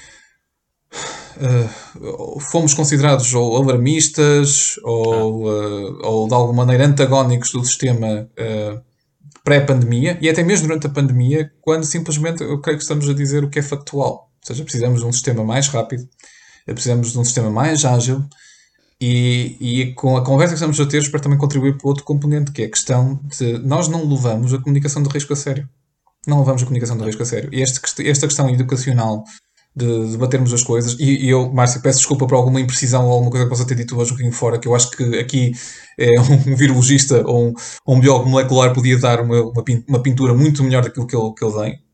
Uh, fomos considerados ou alarmistas ou, uh, ou de alguma maneira antagónicos do sistema uh, pré-pandemia e até mesmo durante a pandemia, quando simplesmente eu creio que estamos a dizer o que é factual. Ou seja, precisamos de um sistema mais rápido, precisamos de um sistema mais ágil e, e com a conversa que estamos a ter espero também contribuir para outro componente, que é a questão de nós não levamos a comunicação de risco a sério. Não levamos a comunicação de risco a sério. E este, esta questão educacional de debatermos as coisas, e, e eu, Márcio, peço desculpa por alguma imprecisão ou alguma coisa que possa ter dito hoje um bocadinho fora, que eu acho que aqui é um virologista ou um, ou um biólogo molecular podia dar uma, uma, uma pintura muito melhor daquilo que ele, que ele tem,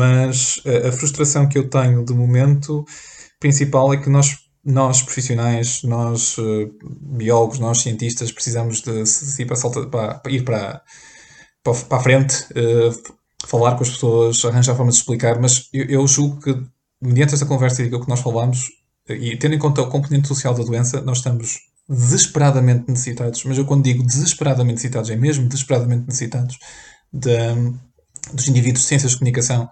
mas a, a frustração que eu tenho de momento principal é que nós, nós profissionais, nós uh, biólogos, nós cientistas, precisamos de, de ir, para, salta, para, para ir para, para, para a frente, uh, falar com as pessoas, arranjar formas de explicar, mas eu, eu julgo que mediante esta conversa e aquilo que nós falamos, e tendo em conta o componente social da doença, nós estamos desesperadamente necessitados, mas eu quando digo desesperadamente necessitados, é mesmo desesperadamente necessitados de, dos indivíduos de ciências de comunicação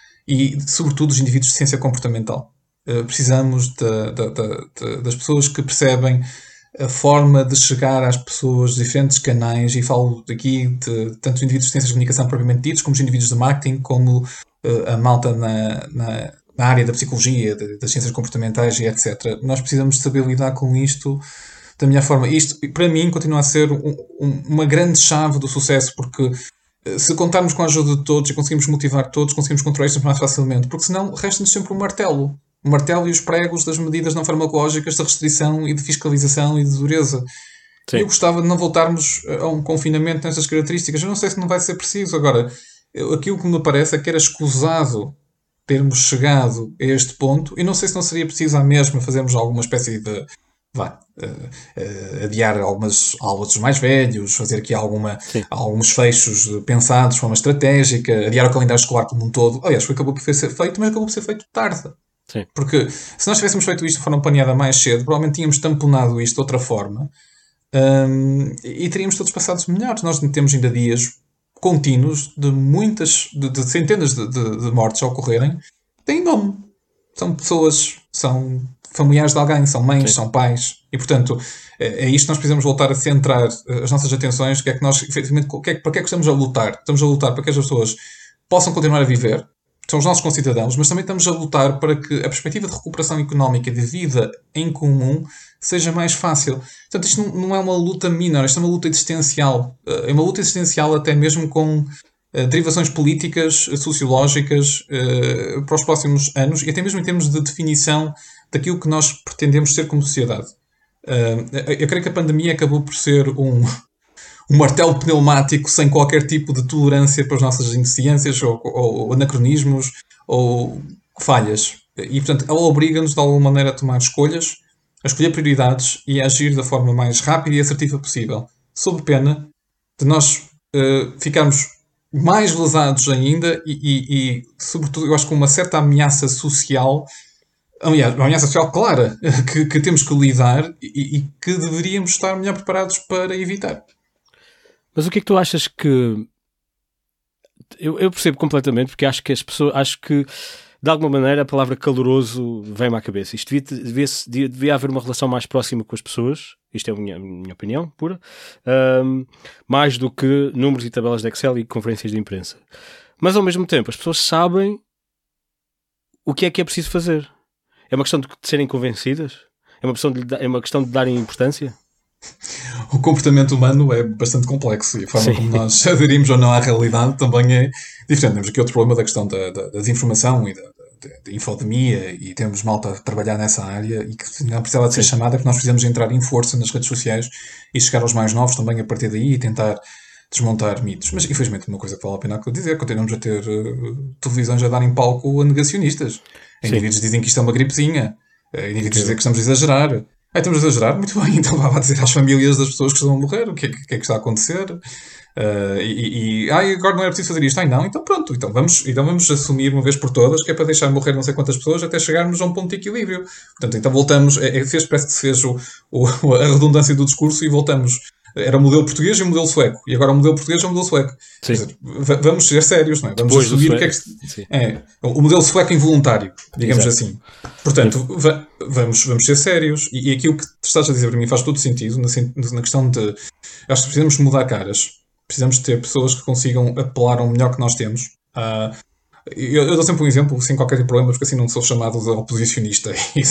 e, sobretudo, dos indivíduos de ciência comportamental. Uh, precisamos de, de, de, de, das pessoas que percebem a forma de chegar às pessoas, diferentes canais, e falo aqui de tanto os indivíduos de ciências de comunicação propriamente ditos, como os indivíduos de marketing, como uh, a malta na... na na área da psicologia, de, das ciências comportamentais e etcétera. Nós precisamos de saber lidar com isto da melhor forma. Isto, para mim, continua a ser um, um, uma grande chave do sucesso, porque se contarmos com a ajuda de todos e conseguimos motivar todos, conseguimos controlar isto mais facilmente, porque senão resta-nos sempre o martelo. O martelo e os pregos das medidas não farmacológicas de restrição e de fiscalização e de dureza. Sim. Eu gostava de não voltarmos a um confinamento nestas características. Eu não sei se não vai ser preciso. Agora, aquilo que me parece é que era escusado termos chegado a este ponto, e não sei se não seria preciso à mesma fazermos alguma espécie de vá, uh, uh, adiar algumas aulas dos mais velhos, fazer aqui alguma, alguns fechos pensados de forma estratégica, adiar o calendário escolar como um todo. Aliás, foi, acabou por ser feito, mas acabou por ser feito tarde. Sim. Porque se nós tivéssemos feito isto de forma planeada mais cedo, provavelmente tínhamos tamponado isto de outra forma, um, e teríamos todos passados melhores. Nós temos ainda dias contínuos de muitas, de, de centenas de, de, de mortes a ocorrerem, têm nome. São pessoas, são familiares de alguém, são mães, Sim. são pais. E, portanto, é, é isto que nós precisamos voltar a centrar as nossas atenções, que é que nós, efetivamente, que é, para que é que estamos a lutar? Estamos a lutar para que as pessoas possam continuar a viver, são os nossos concidadãos, mas também estamos a lutar para que a perspectiva de recuperação económica de vida em comum seja mais fácil. Portanto, isto não, não é uma luta menor, isto é uma luta existencial. É uma luta existencial até mesmo com uh, derivações políticas, sociológicas, uh, para os próximos anos, e até mesmo em termos de definição daquilo que nós pretendemos ser como sociedade. Uh, eu creio que a pandemia acabou por ser um... um martelo pneumático sem qualquer tipo de tolerância para as nossas ineficiências ou, ou, ou anacronismos ou falhas. E, portanto, ela obriga-nos de alguma maneira a tomar escolhas, a escolher prioridades e a agir da forma mais rápida e assertiva possível, sob pena de nós uh, ficarmos mais lesados ainda e, e, e, sobretudo, eu acho que com uma certa ameaça social, aliás, uma ameaça social clara, que, que temos que lidar e, e que deveríamos estar melhor preparados para evitar. Mas o que é que tu achas que... Eu, eu percebo completamente, porque acho que as pessoas... Acho que, de alguma maneira, a palavra caloroso vem-me à cabeça. Isto devia, devia, devia, devia haver uma relação mais próxima com as pessoas. Isto é a minha, minha opinião, pura. Um, mais do que números e tabelas de Excel e conferências de imprensa. Mas, ao mesmo tempo, as pessoas sabem o que é que é preciso fazer. É uma questão de, de serem convencidas. É uma, de, é uma questão de darem importância? O comportamento humano é bastante complexo e a forma Sim. como nós aderimos ou não à realidade também é diferente. Temos aqui outro problema da questão da, da, da desinformação e da, da, da infodemia, e temos malta a trabalhar nessa área e que não precisava de ser Sim. chamada, porque nós precisamos entrar em força nas redes sociais e chegar aos mais novos também a partir daí e tentar desmontar mitos. Mas infelizmente uma coisa que vale a pena dizer, continuamos a ter uh, televisões a darem palco a negacionistas. Sim. Indivíduos dizem que isto é uma gripezinha, uh, indivíduos dizem que estamos a exagerar. Ah, estamos a exagerar? Muito bem, então vá dizer às famílias das pessoas que estão a morrer o que é que, que, é que está a acontecer. Uh, e, e ah, agora não era preciso fazer isto. Ai não, então pronto, então vamos, então vamos assumir uma vez por todas que é para deixar morrer não sei quantas pessoas até chegarmos a um ponto de equilíbrio. Portanto, então voltamos, é, é, fez, parece que se fez o, o, a redundância do discurso e voltamos. Era o modelo português e o modelo sueco. E agora o modelo português é o modelo sueco. Quer dizer, vamos ser sérios, não é? Vamos Depois assumir o que é que... É, o modelo sueco involuntário, digamos Exato. assim. Portanto, va vamos, vamos ser sérios. E, e aquilo que tu estás a dizer para mim faz todo sentido na, na questão de... Acho que precisamos mudar caras. Precisamos ter pessoas que consigam apelar ao melhor que nós temos. Uh, eu, eu dou sempre um exemplo, sem qualquer problema, porque assim não sou chamado de oposicionista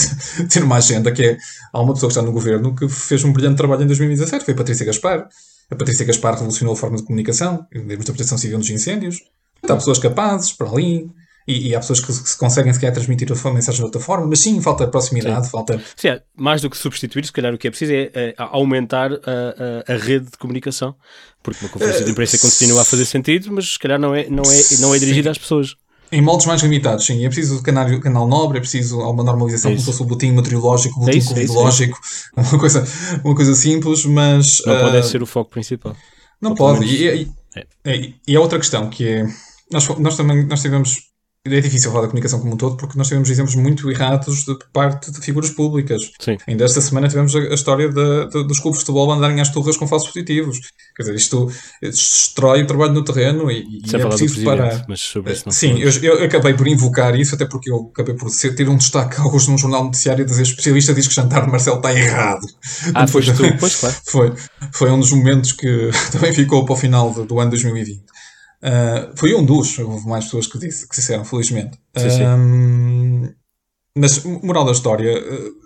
e ter uma agenda, que é... Há uma pessoa que está no governo que fez um brilhante trabalho em dois mil e dezassete, foi a Patrícia Gaspar. A Patrícia Gaspar revolucionou a forma de comunicação, em termos de proteção civil nos incêndios. Há pessoas capazes, para ali... E, e há pessoas que, que conseguem sequer transmitir a mensagem de outra forma, mas sim, falta proximidade, sim. falta... Sim, é, mais do que substituir, se calhar o que é preciso é, é aumentar a, a, a rede de comunicação, porque uma conferência de imprensa continua a fazer sentido, mas se calhar não é, não é, não é dirigida às pessoas. Em moldes mais limitados, sim. É preciso canal, canal nobre, é preciso uma normalização, é como se fosse o boletim meteorológico, o boletim é covidológico, é uma, coisa, uma coisa simples, mas... Não uh, pode ser o foco principal. Não pode. Menos, e, e, é. É, e há outra questão, que é... Nós, nós também nós tivemos... É difícil falar da comunicação como um todo, porque nós tivemos exemplos muito errados de parte de figuras públicas. Sim. Ainda esta semana tivemos a, a história de, de, dos clubes de futebol andarem às turras com falsos positivos. Quer dizer, isto destrói o trabalho no terreno e, e é preciso parar. Mas sobre isso não Sim, eu, eu acabei por invocar isso, até porque eu acabei por ser, ter um destaque hoje num jornal noticiário a dizer: especialista diz que jantar de Marcelo está errado. Ah, foi tu, pois claro. Foi, foi um dos momentos que também ficou para o final do, do ano dois mil e vinte. Uh, foi um dos, houve mais pessoas que, disse, que disseram, felizmente. Sim, sim. Um, mas, moral da história,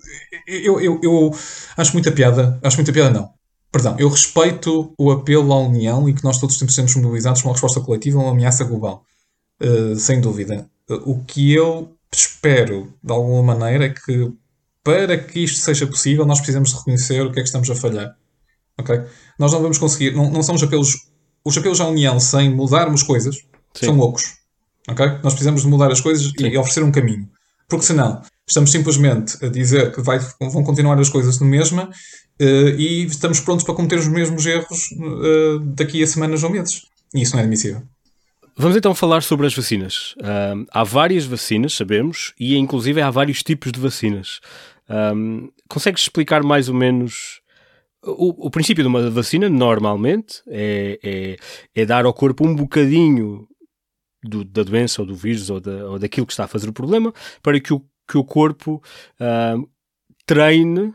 eu, eu, eu acho muita piada, acho muita piada não. Perdão, eu respeito o apelo à união e que nós todos temos de sermos mobilizados com uma resposta coletiva a uma ameaça global. Uh, sem dúvida. Uh, o que eu espero, de alguma maneira, é que para que isto seja possível, nós precisamos de reconhecer o que é que estamos a falhar. Okay? Nós não vamos conseguir, não, não são os apelos... Os apelos à união sem mudarmos coisas Sim. são loucos. Okay? Nós precisamos de mudar as coisas Sim. e oferecer um caminho. Porque senão, estamos simplesmente a dizer que vai, vão continuar as coisas na mesma uh, e estamos prontos para cometer os mesmos erros uh, daqui a semanas ou meses. E isso não é admissível. Vamos então falar sobre as vacinas. Um, há várias vacinas, sabemos, e inclusive há vários tipos de vacinas. Um, consegues explicar mais ou menos... O, o princípio de uma vacina, normalmente, é, é, é dar ao corpo um bocadinho do, da doença ou do vírus ou, da, ou daquilo que está a fazer o problema, para que o, que o corpo uh, treine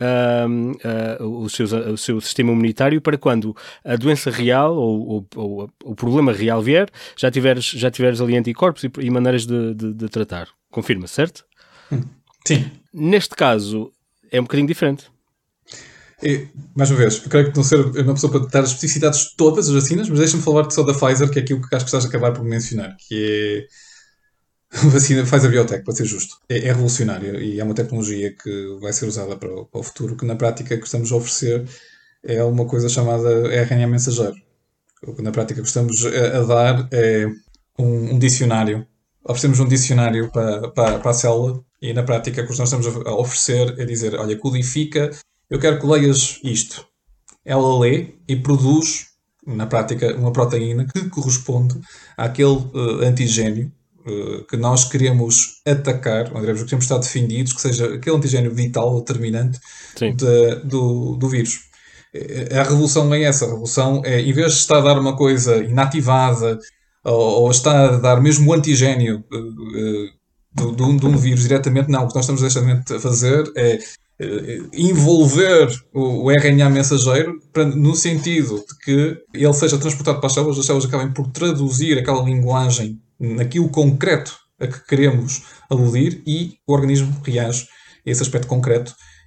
uh, uh, o, seu, o seu sistema imunitário para quando a doença real ou, ou, ou o problema real vier, já tiveres, já tiveres ali anticorpos e, e maneiras de, de, de tratar. Confirma, certo? Sim. Neste caso, é um bocadinho diferente. E, mais uma vvez, eu creio que não ser uma pessoa para dar as especificidades de todas as vacinas, mas deixa-me falar só da Pfizer, que é aquilo que acho que estás a acabar por mencionar, que é a vacina Pfizer Biotech, para ser justo. É, é revolucionária e é uma tecnologia que vai ser usada para o, para o futuro, que na prática que estamos a oferecer é uma coisa chamada R N A mensageiro. O que na prática que estamos a, a dar é um, um dicionário. Oferecemos um dicionário para, para, para a célula e na prática o que nós estamos a oferecer é dizer, olha, codifica... Eu quero que leias isto. Ela lê e produz, na prática, uma proteína que corresponde àquele uh, antigénio uh, que nós queremos atacar, onde queremos estar defendidos, que seja aquele antigénio vital, determinante de, do, do vírus. A revolução é essa. A revolução é, em vez de estar a dar uma coisa inativada ou, ou estar a dar mesmo o antigénio uh, uh, de, de, um, de um vírus diretamente, não. O que nós estamos a fazer é envolver o R N A mensageiro para, no sentido de que ele seja transportado para as células, as células acabem por traduzir aquela linguagem naquilo concreto a que queremos aludir e o organismo reage a esse aspecto concreto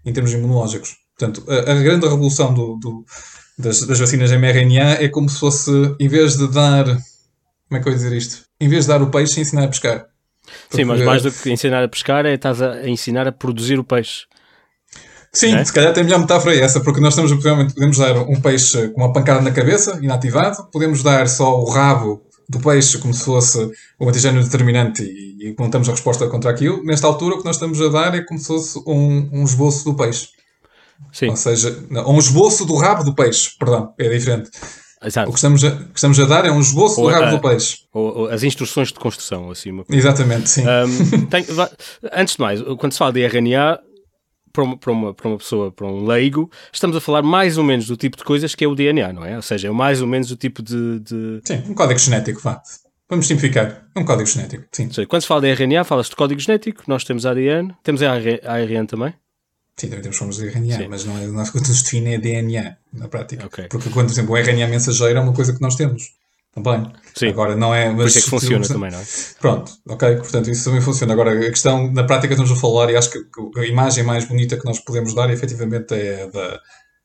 em termos imunológicos. Portanto, a, a grande revolução do, do, das, das vacinas M R N A é como se fosse, em vez de dar... Como é que eu ia dizer isto? Em vez de dar o peixe, ensinar a pescar. Porque... Sim, mas mais do que ensinar a pescar, é estás a ensinar a produzir o peixe. Sim, é? Se calhar tem a melhor metáfora é essa, porque nós estamos, podemos dar um peixe com uma pancada na cabeça, inativado, podemos dar só o rabo do peixe como se fosse um antigênio determinante e, e montamos a resposta contra aquilo. Nesta altura, o que nós estamos a dar é como se fosse um, um esboço do peixe. Sim. Ou seja, não, um esboço do rabo do peixe, perdão, é diferente. Exato. O que estamos, a, que estamos a dar é um esboço ou do rabo a, do peixe. Ou, ou as instruções de construção, assim. Uma coisa. Exatamente, sim. Um, tem, antes de mais, quando se fala de R N A, para uma, para, uma, para uma pessoa, para um leigo, estamos a falar mais ou menos do tipo de coisas que é o D N A, não é? Ou seja, é mais ou menos o tipo de... de... Sim, um código genético, vá. Vamos simplificar. É um código genético, sim. Seja, quando se fala de R N A, fala-se de código genético, nós temos A D N, temos A R N também? Sim, também temos formas de R N A, sim. Mas não é, nós que nos define é D N A, na prática. Okay. Porque, quando, por exemplo, o R N A mensageiro é uma coisa que nós temos. Também. Sim. Agora, não é... Mas por isso é que funciona se... também, não é? Pronto, ok. Portanto, isso também funciona. Agora, a questão, na prática, estamos a falar, e acho que a imagem mais bonita que nós podemos dar, efetivamente, é a da...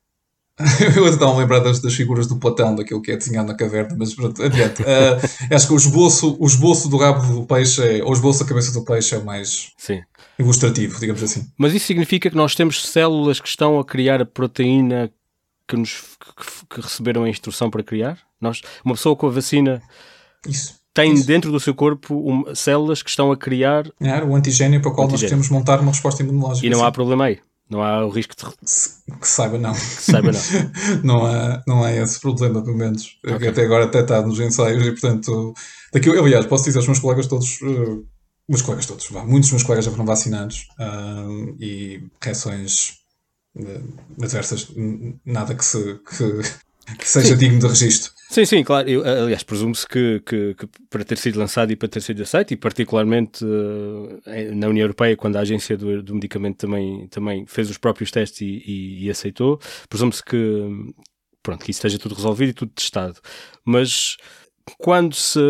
Eu estava a lembrar das, das figuras do Platão, daquilo que é desenhado na caverna, mas pronto, adiante. Uh, acho que o esboço, o esboço do rabo do peixe, é, ou o esboço da cabeça do peixe é o mais Sim. ilustrativo, digamos assim. Mas isso significa que nós temos células que estão a criar a proteína que, nos, que, que receberam a instrução para criar? Nós, uma pessoa com a vacina isso, tem isso. dentro do seu corpo uma, células que estão a criar... É, o antigênio para o qual nós temos de montar uma resposta imunológica. E não assim. há problema aí? Não há o risco de... Que saiba, não. Que saiba, não. não, há, não há esse problema, pelo menos. Okay. Até agora até está nos ensaios e, portanto... Daqui, aliás, posso dizer, os meus colegas todos... Uh, meus colegas todos, vá, muitos dos meus colegas já foram vacinados uh, e reações uh, adversas, nada que, se, que, que seja sim. digno de registro. Sim, sim, claro. Eu, aliás, presume-se que, que, que para ter sido lançado e para ter sido aceito, e particularmente uh, na União Europeia, quando a agência do, do medicamento também, também fez os próprios testes e, e, e aceitou, presume-se que, pronto, que isso esteja tudo resolvido e tudo testado. Mas quando se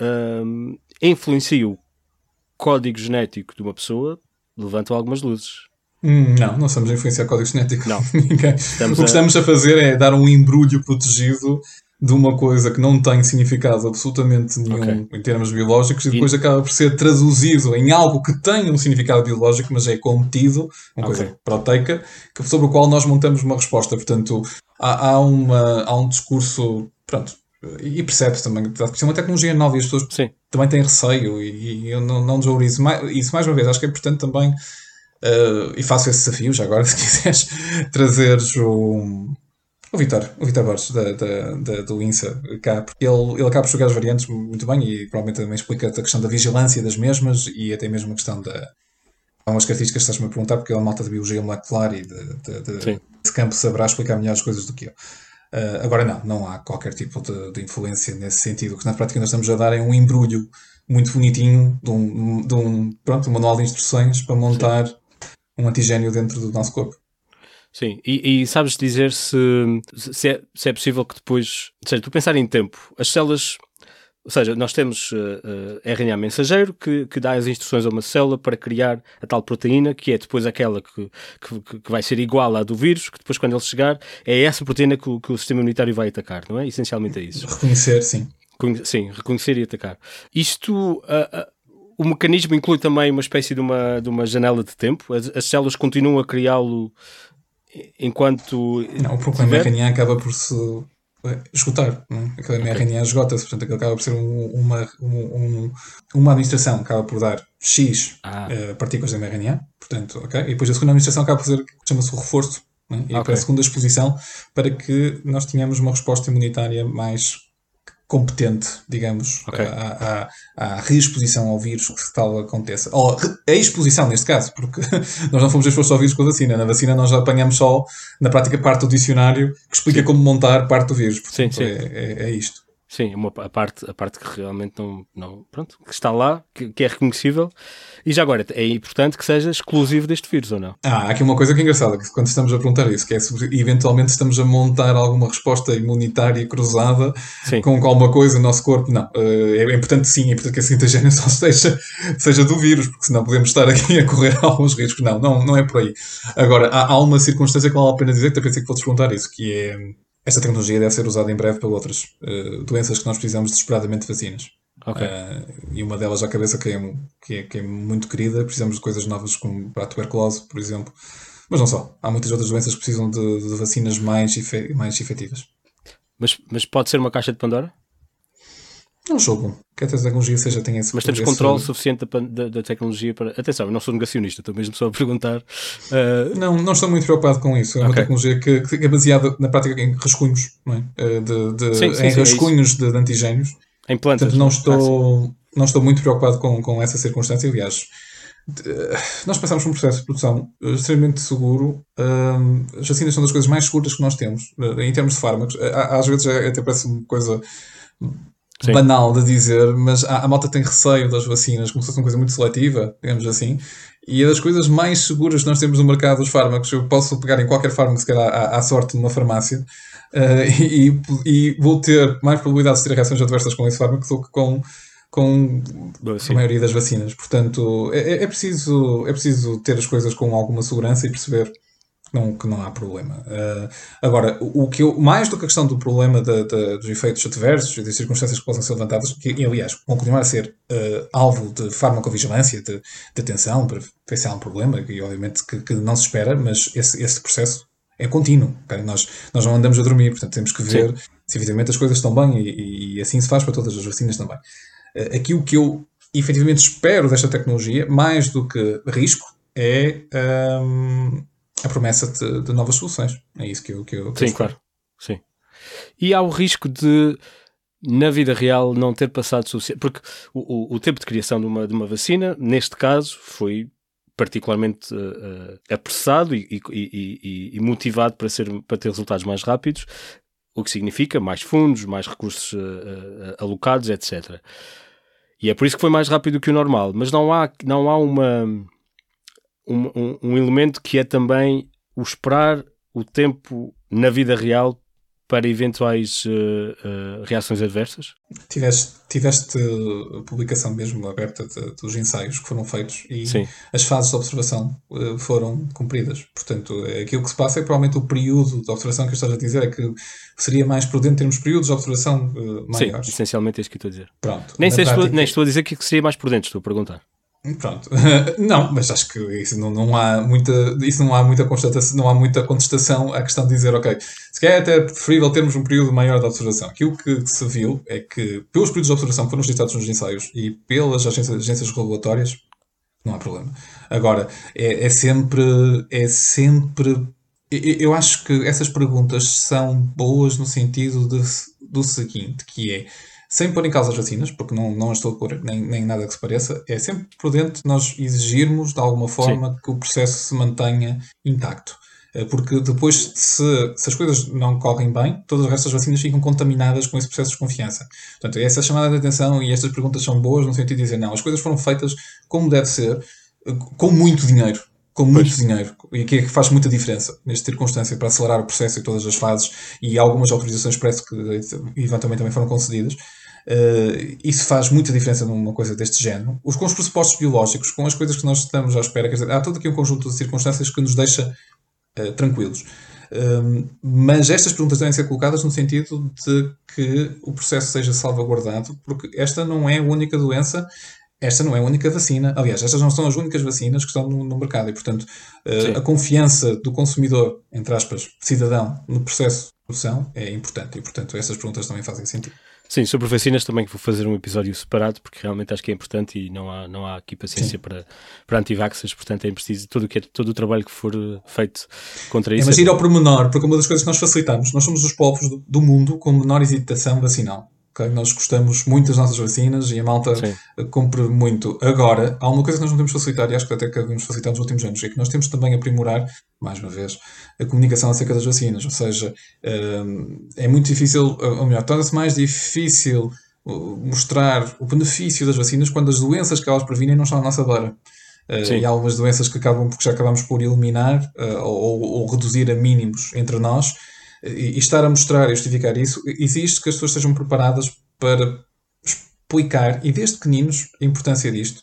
uh, influencia o código genético de uma pessoa, levantam algumas luzes. Hum, não, não estamos a influenciar código genético. Não. O que a... estamos a fazer é dar um embrulho protegido de uma coisa que não tem significado absolutamente nenhum okay. em termos biológicos e depois e... acaba por ser traduzido em algo que tem um significado biológico, mas é contido, uma okay. coisa proteica, sobre o qual nós montamos uma resposta. Portanto, há, há, uma, há um discurso, pronto, e percebe-se também, porque é uma tecnologia nova e as pessoas Sim. também têm receio e, e eu não, não desvalorizo isso mais uma vez. Acho que é importante também, uh, e faço esse desafio já agora, se quiseres, trazeres o... O Vitor, o Vitor Borges, da, da, da, do INSA, cá, porque ele, ele acaba por jogar as variantes muito bem e provavelmente também explica a questão da vigilância das mesmas e até mesmo a questão da... Há umas características que estás-me a perguntar, porque ele é uma malta de biologia molecular e de, de, de, desse campo saberá explicar melhor as coisas do que eu. Uh, agora não, não há qualquer tipo de, de influência nesse sentido. O que na prática nós estamos a dar é um embrulho muito bonitinho de um, de um, pronto, um manual de instruções para montar Sim. um antigênio dentro do nosso corpo. Sim, e, e sabes dizer se, se, é, se é possível que depois, ou seja, tu pensar em tempo, as células, ou seja, nós temos uh, uh, R N A mensageiro que, que dá as instruções a uma célula para criar a tal proteína, que é depois aquela que, que, que vai ser igual à do vírus, que depois quando ele chegar, é essa proteína que o, que o sistema imunitário vai atacar, não é? Essencialmente é isso. Reconhecer, sim. Sim, reconhecer e atacar. Isto... Uh, uh, o mecanismo inclui também uma espécie de uma, de uma janela de tempo? As, as células continuam a criá-lo enquanto... Não, o próprio M R N A acaba por se esgotar. Não é? Aquele okay. M R N A esgota-se, portanto aquilo acaba por ser um, uma, um, uma administração, acaba por dar X ah. uh, partículas de M R N A, portanto, ok? E depois a segunda administração acaba por ser, chama-se o reforço, não é? E okay. para a segunda exposição, para que nós tenhamos uma resposta imunitária mais competente, digamos, okay. à, à, à reexposição ao vírus que tal aconteça. Ou a exposição, neste caso, porque nós não fomos expostos ao vírus com a vacina. Na vacina nós já apanhamos só, na prática, parte do dicionário que explica sim. como montar parte do vírus. Portanto, sim, sim. É, é, é isto. Sim, uma, a, parte, a parte que realmente não, não pronto, que está lá, que, que é reconhecível. E já agora, é importante que seja exclusivo deste vírus, ou não? Ah, há aqui uma coisa que é engraçada, que quando estamos a perguntar isso, que é se eventualmente estamos a montar alguma resposta imunitária cruzada Sim. com, com alguma coisa no nosso corpo. Não, é, é importante sim, é importante que esse antigênio só seja, seja do vírus, porque senão podemos estar aqui a correr alguns riscos. Não, não, não é por aí. Agora, há, há uma circunstância que vale a pena dizer, que eu pensei que fosse perguntar isso, que é, esta tecnologia deve ser usada em breve para outras uh, doenças que nós precisamos desesperadamente de vacinas. Okay. Uh, e uma delas à cabeça que é, que, é, que é muito querida, precisamos de coisas novas como para a tuberculose, por exemplo, mas não só, há muitas outras doenças que precisam de, de vacinas mais, efe, mais efetivas. Mas, mas pode ser uma caixa de Pandora? Não julgo que a tecnologia seja, tenha esse... Mas temos esse... controle suficiente da, da, da tecnologia para... Atenção, eu não sou negacionista, estou mesmo só a perguntar. Uh... Não, não estou muito preocupado com isso. É uma okay. tecnologia que, que é baseada na prática em rascunhos, não é? de, de, sim, sim, em sim, rascunhos é de, de antigénios. Em plantas. Portanto, não estou, ah, não estou muito preocupado com, com essa circunstância. Aliás, nós passamos por um processo de produção extremamente seguro. As vacinas são das coisas mais seguras que nós temos, em termos de fármacos. Às vezes até parece uma coisa Sim. banal de dizer, mas a, a malta tem receio das vacinas, como se fosse uma coisa muito seletiva, digamos assim. E é das coisas mais seguras que nós temos no mercado, os fármacos. Eu posso pegar em qualquer fármaco, se calhar à, à sorte, numa farmácia, uh, e, e vou ter mais probabilidade de ter reações adversas com esse fármaco do que com, com a maioria das vacinas. Portanto, é, é, preciso, é preciso ter as coisas com alguma segurança e perceber que não, que não há problema. Uh, agora, o que eu, mais do que a questão do problema de, de, dos efeitos adversos e das circunstâncias que possam ser levantadas, que, aliás, vão continuar a ser uh, alvo de farmacovigilância, de, de atenção, para ver se há um problema, e obviamente que, que não se espera, mas esse, esse processo é contínuo. Okay? Nós, nós não andamos a dormir, portanto temos que ver Sim. se efetivamente as coisas estão bem, e, e assim se faz para todas as vacinas também. Uh, aqui o que eu efetivamente espero desta tecnologia, mais do que risco, é... Um, a promessa de, de novas soluções. É isso que eu, que eu Sim, espero. Claro. Sim. E há o risco de, na vida real, não ter passado suficiente... Porque o, o, o tempo de criação de uma, de uma vacina, neste caso, foi particularmente uh, apressado e, e, e, e motivado para, ser, para ter resultados mais rápidos, o que significa mais fundos, mais recursos uh, uh, alocados, etcétera. E é por isso que foi mais rápido que o normal. Mas não há, não há uma... Um, um, um elemento que é também o esperar o tempo na vida real para eventuais uh, uh, reações adversas? Tiveste, tiveste a publicação mesmo aberta de, dos ensaios que foram feitos e Sim. as fases de observação uh, foram cumpridas. Portanto, aquilo que se passa é provavelmente o período de observação que eu estás a dizer, é que seria mais prudente termos períodos de observação uh, maiores. Sim, essencialmente é isso que estou a dizer. Pronto, nem, sei prática... estou, nem estou a dizer que seria mais prudente, estou a perguntar. Pronto, não, mas acho que isso não, não há muita, isso não há muita constatação, não há muita contestação à questão de dizer, ok, se calhar é até preferível termos um período maior de observação. Aquilo que se viu é que, pelos períodos de observação que foram registrados nos ensaios e pelas agências, agências regulatórias, não há problema. Agora, é, é sempre, é sempre, eu acho que essas perguntas são boas no sentido de, do seguinte, que é, sem pôr em causa as vacinas, porque não, não as estou a pôr, nem, nem nada que se pareça, é sempre prudente nós exigirmos, de alguma forma, Sim. que o processo se mantenha intacto. Porque depois, se, se as coisas não correm bem, todas as restas das vacinas ficam contaminadas com esse processo de desconfiança. Portanto, essa chamada de atenção e estas perguntas são boas no sentido de dizer, não, as coisas foram feitas como deve ser, com muito dinheiro. Com muito pois. dinheiro. E aqui é que faz muita diferença, nesta circunstância, para acelerar o processo em todas as fases, e algumas autorizações parece que eventualmente também foram concedidas. Uh, isso faz muita diferença numa coisa deste género. Os, com os pressupostos biológicos, com as coisas que nós estamos à espera, quer dizer, há todo aqui um conjunto de circunstâncias que nos deixa uh, tranquilos. Uh, mas estas perguntas devem ser colocadas no sentido de que o processo seja salvaguardado, porque esta não é a única doença, esta não é a única vacina. Aliás, estas não são as únicas vacinas que estão no, no mercado, e portanto uh, a confiança do consumidor, entre aspas, cidadão, no processo de produção é importante, e portanto essas perguntas também fazem sentido. Sim, sobre vacinas também vou fazer um episódio separado, porque realmente acho que é importante e não há, não há aqui paciência para, para anti-vaxxers, portanto é preciso todo o, que é, todo o trabalho que for feito contra isso. É, mas ir ao pormenor, porque uma das coisas que nós facilitamos, nós somos os povos do, do mundo com menor hesitação vacinal. Okay? Nós gostamos muito das nossas vacinas e a malta Sim. cumpre muito. Agora, há uma coisa que nós não temos facilitar, e acho que até que devemos facilitar nos últimos anos, é que nós temos também a aprimorar, mais uma vez, a comunicação acerca das vacinas. Ou seja, é muito difícil, ou melhor, torna-se mais difícil mostrar o benefício das vacinas quando as doenças que elas previnem não estão à nossa beira. Uh, e há algumas doenças que acabam porque já acabamos por eliminar uh, ou, ou reduzir a mínimos entre nós, uh, e, e estar a mostrar e justificar isso, exige que as pessoas estejam preparadas para explicar, e desde pequeninos, a importância disto.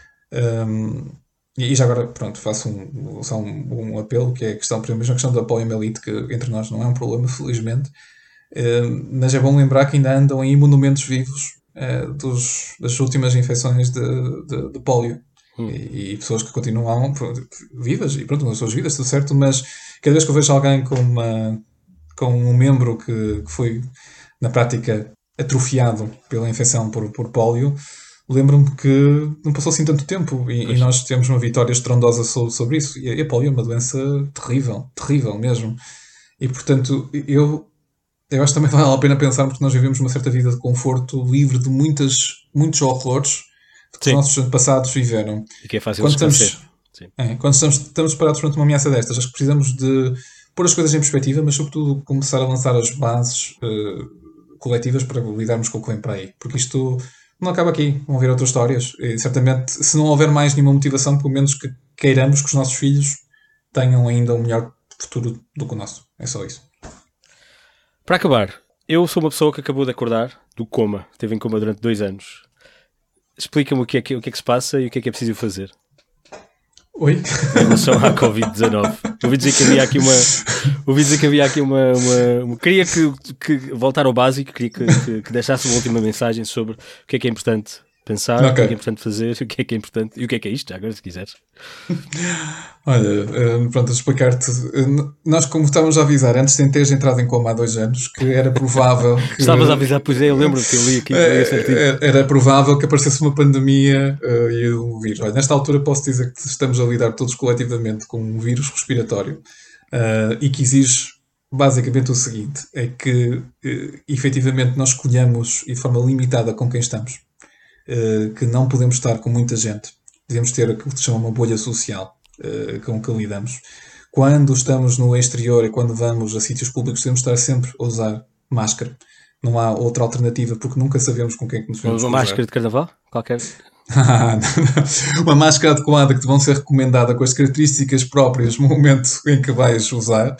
Um, e, e já agora, pronto, faço um, só um, um apelo, que é a questão, por exemplo, a questão da poliomielite, que entre nós não é um problema, felizmente, uh, mas é bom lembrar que ainda andam aí monumentos vivos uh, dos, das últimas infecções de, de, de pólio. Hum. E, e pessoas que continuam vivas, e pronto, nas suas vidas, tudo certo, mas cada vez que eu vejo alguém com, uma, com um membro que, que foi, na prática, atrofiado pela infecção por, por pólio, lembro-me que não passou assim tanto tempo, e, e nós temos uma vitória estrondosa sobre, sobre isso, e a, a pólio é uma doença terrível, terrível mesmo, e portanto, eu, eu acho que também vale a pena pensar, porque nós vivemos uma certa vida de conforto, livre de muitas, muitos horrores que Sim. os nossos antepassados viveram. E que é fácil quando estamos, Sim. É, quando estamos, estamos parados perante uma ameaça destas, acho que precisamos de pôr as coisas em perspectiva, mas sobretudo começar a lançar as bases uh, coletivas para lidarmos com o que vem para aí. Porque isto não acaba aqui. Vão haver outras histórias. E certamente, se não houver mais nenhuma motivação, pelo menos que queiramos que os nossos filhos tenham ainda um melhor futuro do que o nosso. É só isso. Para acabar, eu sou uma pessoa que acabou de acordar do coma. Esteve em coma durante dois anos. Explica-me o que, é que, o que é que se passa e o que é que é preciso fazer. Oi? Em relação à covid dezanove. Ouvi dizer que havia aqui uma... Ouvi dizer que havia aqui uma... uma, uma queria que, que voltar ao básico, queria que, que, que deixasse uma última mensagem sobre o que é que é importante pensar, okay. o que é que é importante fazer, o que é que é importante... E o que é que é isto, agora, se quiseres. Olha, pronto, a explicar-te... Nós, como estávamos a avisar, antes de teres entrado em coma há dois anos, que era provável que... Estavas a avisar, pois é, eu lembro que eu li aqui. Era, era provável que aparecesse uma pandemia uh, e um vírus. Olha, nesta altura posso dizer que estamos a lidar todos coletivamente com um vírus respiratório uh, e que exige basicamente o seguinte, é que uh, efetivamente nós escolhamos e de forma limitada com quem estamos, uh, que não podemos estar com muita gente. Devemos ter aquilo que se chama uma bolha social uh, com que lidamos. Quando estamos no exterior e quando vamos a sítios públicos, devemos estar sempre a usar máscara. Não há outra alternativa, porque nunca sabemos com quem é que nos vamos Uma usar. máscara de carnaval? Qualquer... Uma máscara adequada que te vão ser recomendada com as características próprias no momento em que vais usar,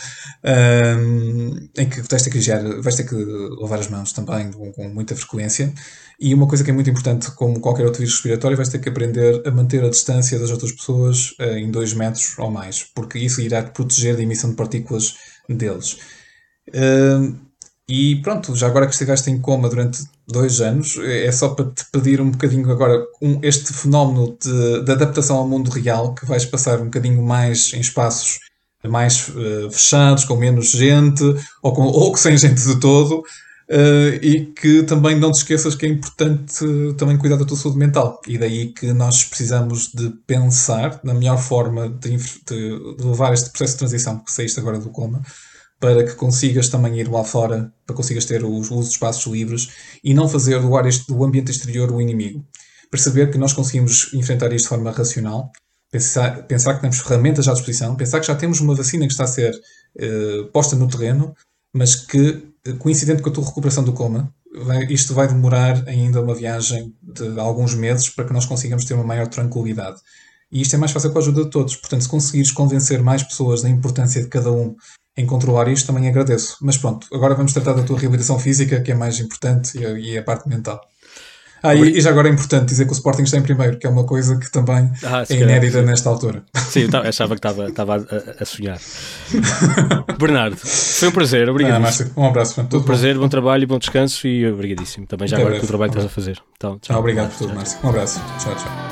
um, em que vais ter que, higiar, vais ter que lavar as mãos também com, com muita frequência. E uma coisa que é muito importante, como qualquer outro vírus respiratório, vais ter que aprender a manter a distância das outras pessoas uh, em dois metros ou mais, porque isso irá te proteger da emissão de partículas deles. Uh, E pronto, já agora que estiveste em coma durante dois anos, é só para te pedir um bocadinho agora um, este fenómeno de, de adaptação ao mundo real, que vais passar um bocadinho mais em espaços mais uh, fechados, com menos gente, ou, com, ou sem gente de todo, uh, e que também não te esqueças que é importante uh, também cuidar da tua saúde mental. E daí que nós precisamos de pensar na melhor forma de, de, de levar este processo de transição, que saíste agora do coma, para que consigas também ir lá fora, para consigas ter os, os espaços livres e não fazer do, ar este, do ambiente exterior o inimigo. Perceber que nós conseguimos enfrentar isto de forma racional, pensar, pensar que temos ferramentas à disposição, pensar que já temos uma vacina que está a ser uh, posta no terreno, mas que, coincidente com a tua recuperação do coma, vai, isto vai demorar ainda uma viagem de alguns meses para que nós consigamos ter uma maior tranquilidade. E isto é mais fácil com a ajuda de todos. Portanto, se conseguires convencer mais pessoas da importância de cada um em controlar isto, também agradeço. Mas pronto, agora vamos tratar da tua reabilitação física, que é mais importante, e a, e a parte mental. Ah, e, e já agora é importante dizer que o Sporting está em primeiro, que é uma coisa que também ah, é inédita calhar, nesta altura. Sim, eu achava que estava, estava a, a sonhar. Bernardo, foi um prazer, obrigadíssimo. Ah, um abraço. Um prazer, bom. bom trabalho e bom descanso, e obrigadíssimo. Também já Até agora breve. Pelo trabalho que estás a fazer. Então, tchau. Ah, obrigado por tudo, Márcio. Um abraço. Tchau, tchau.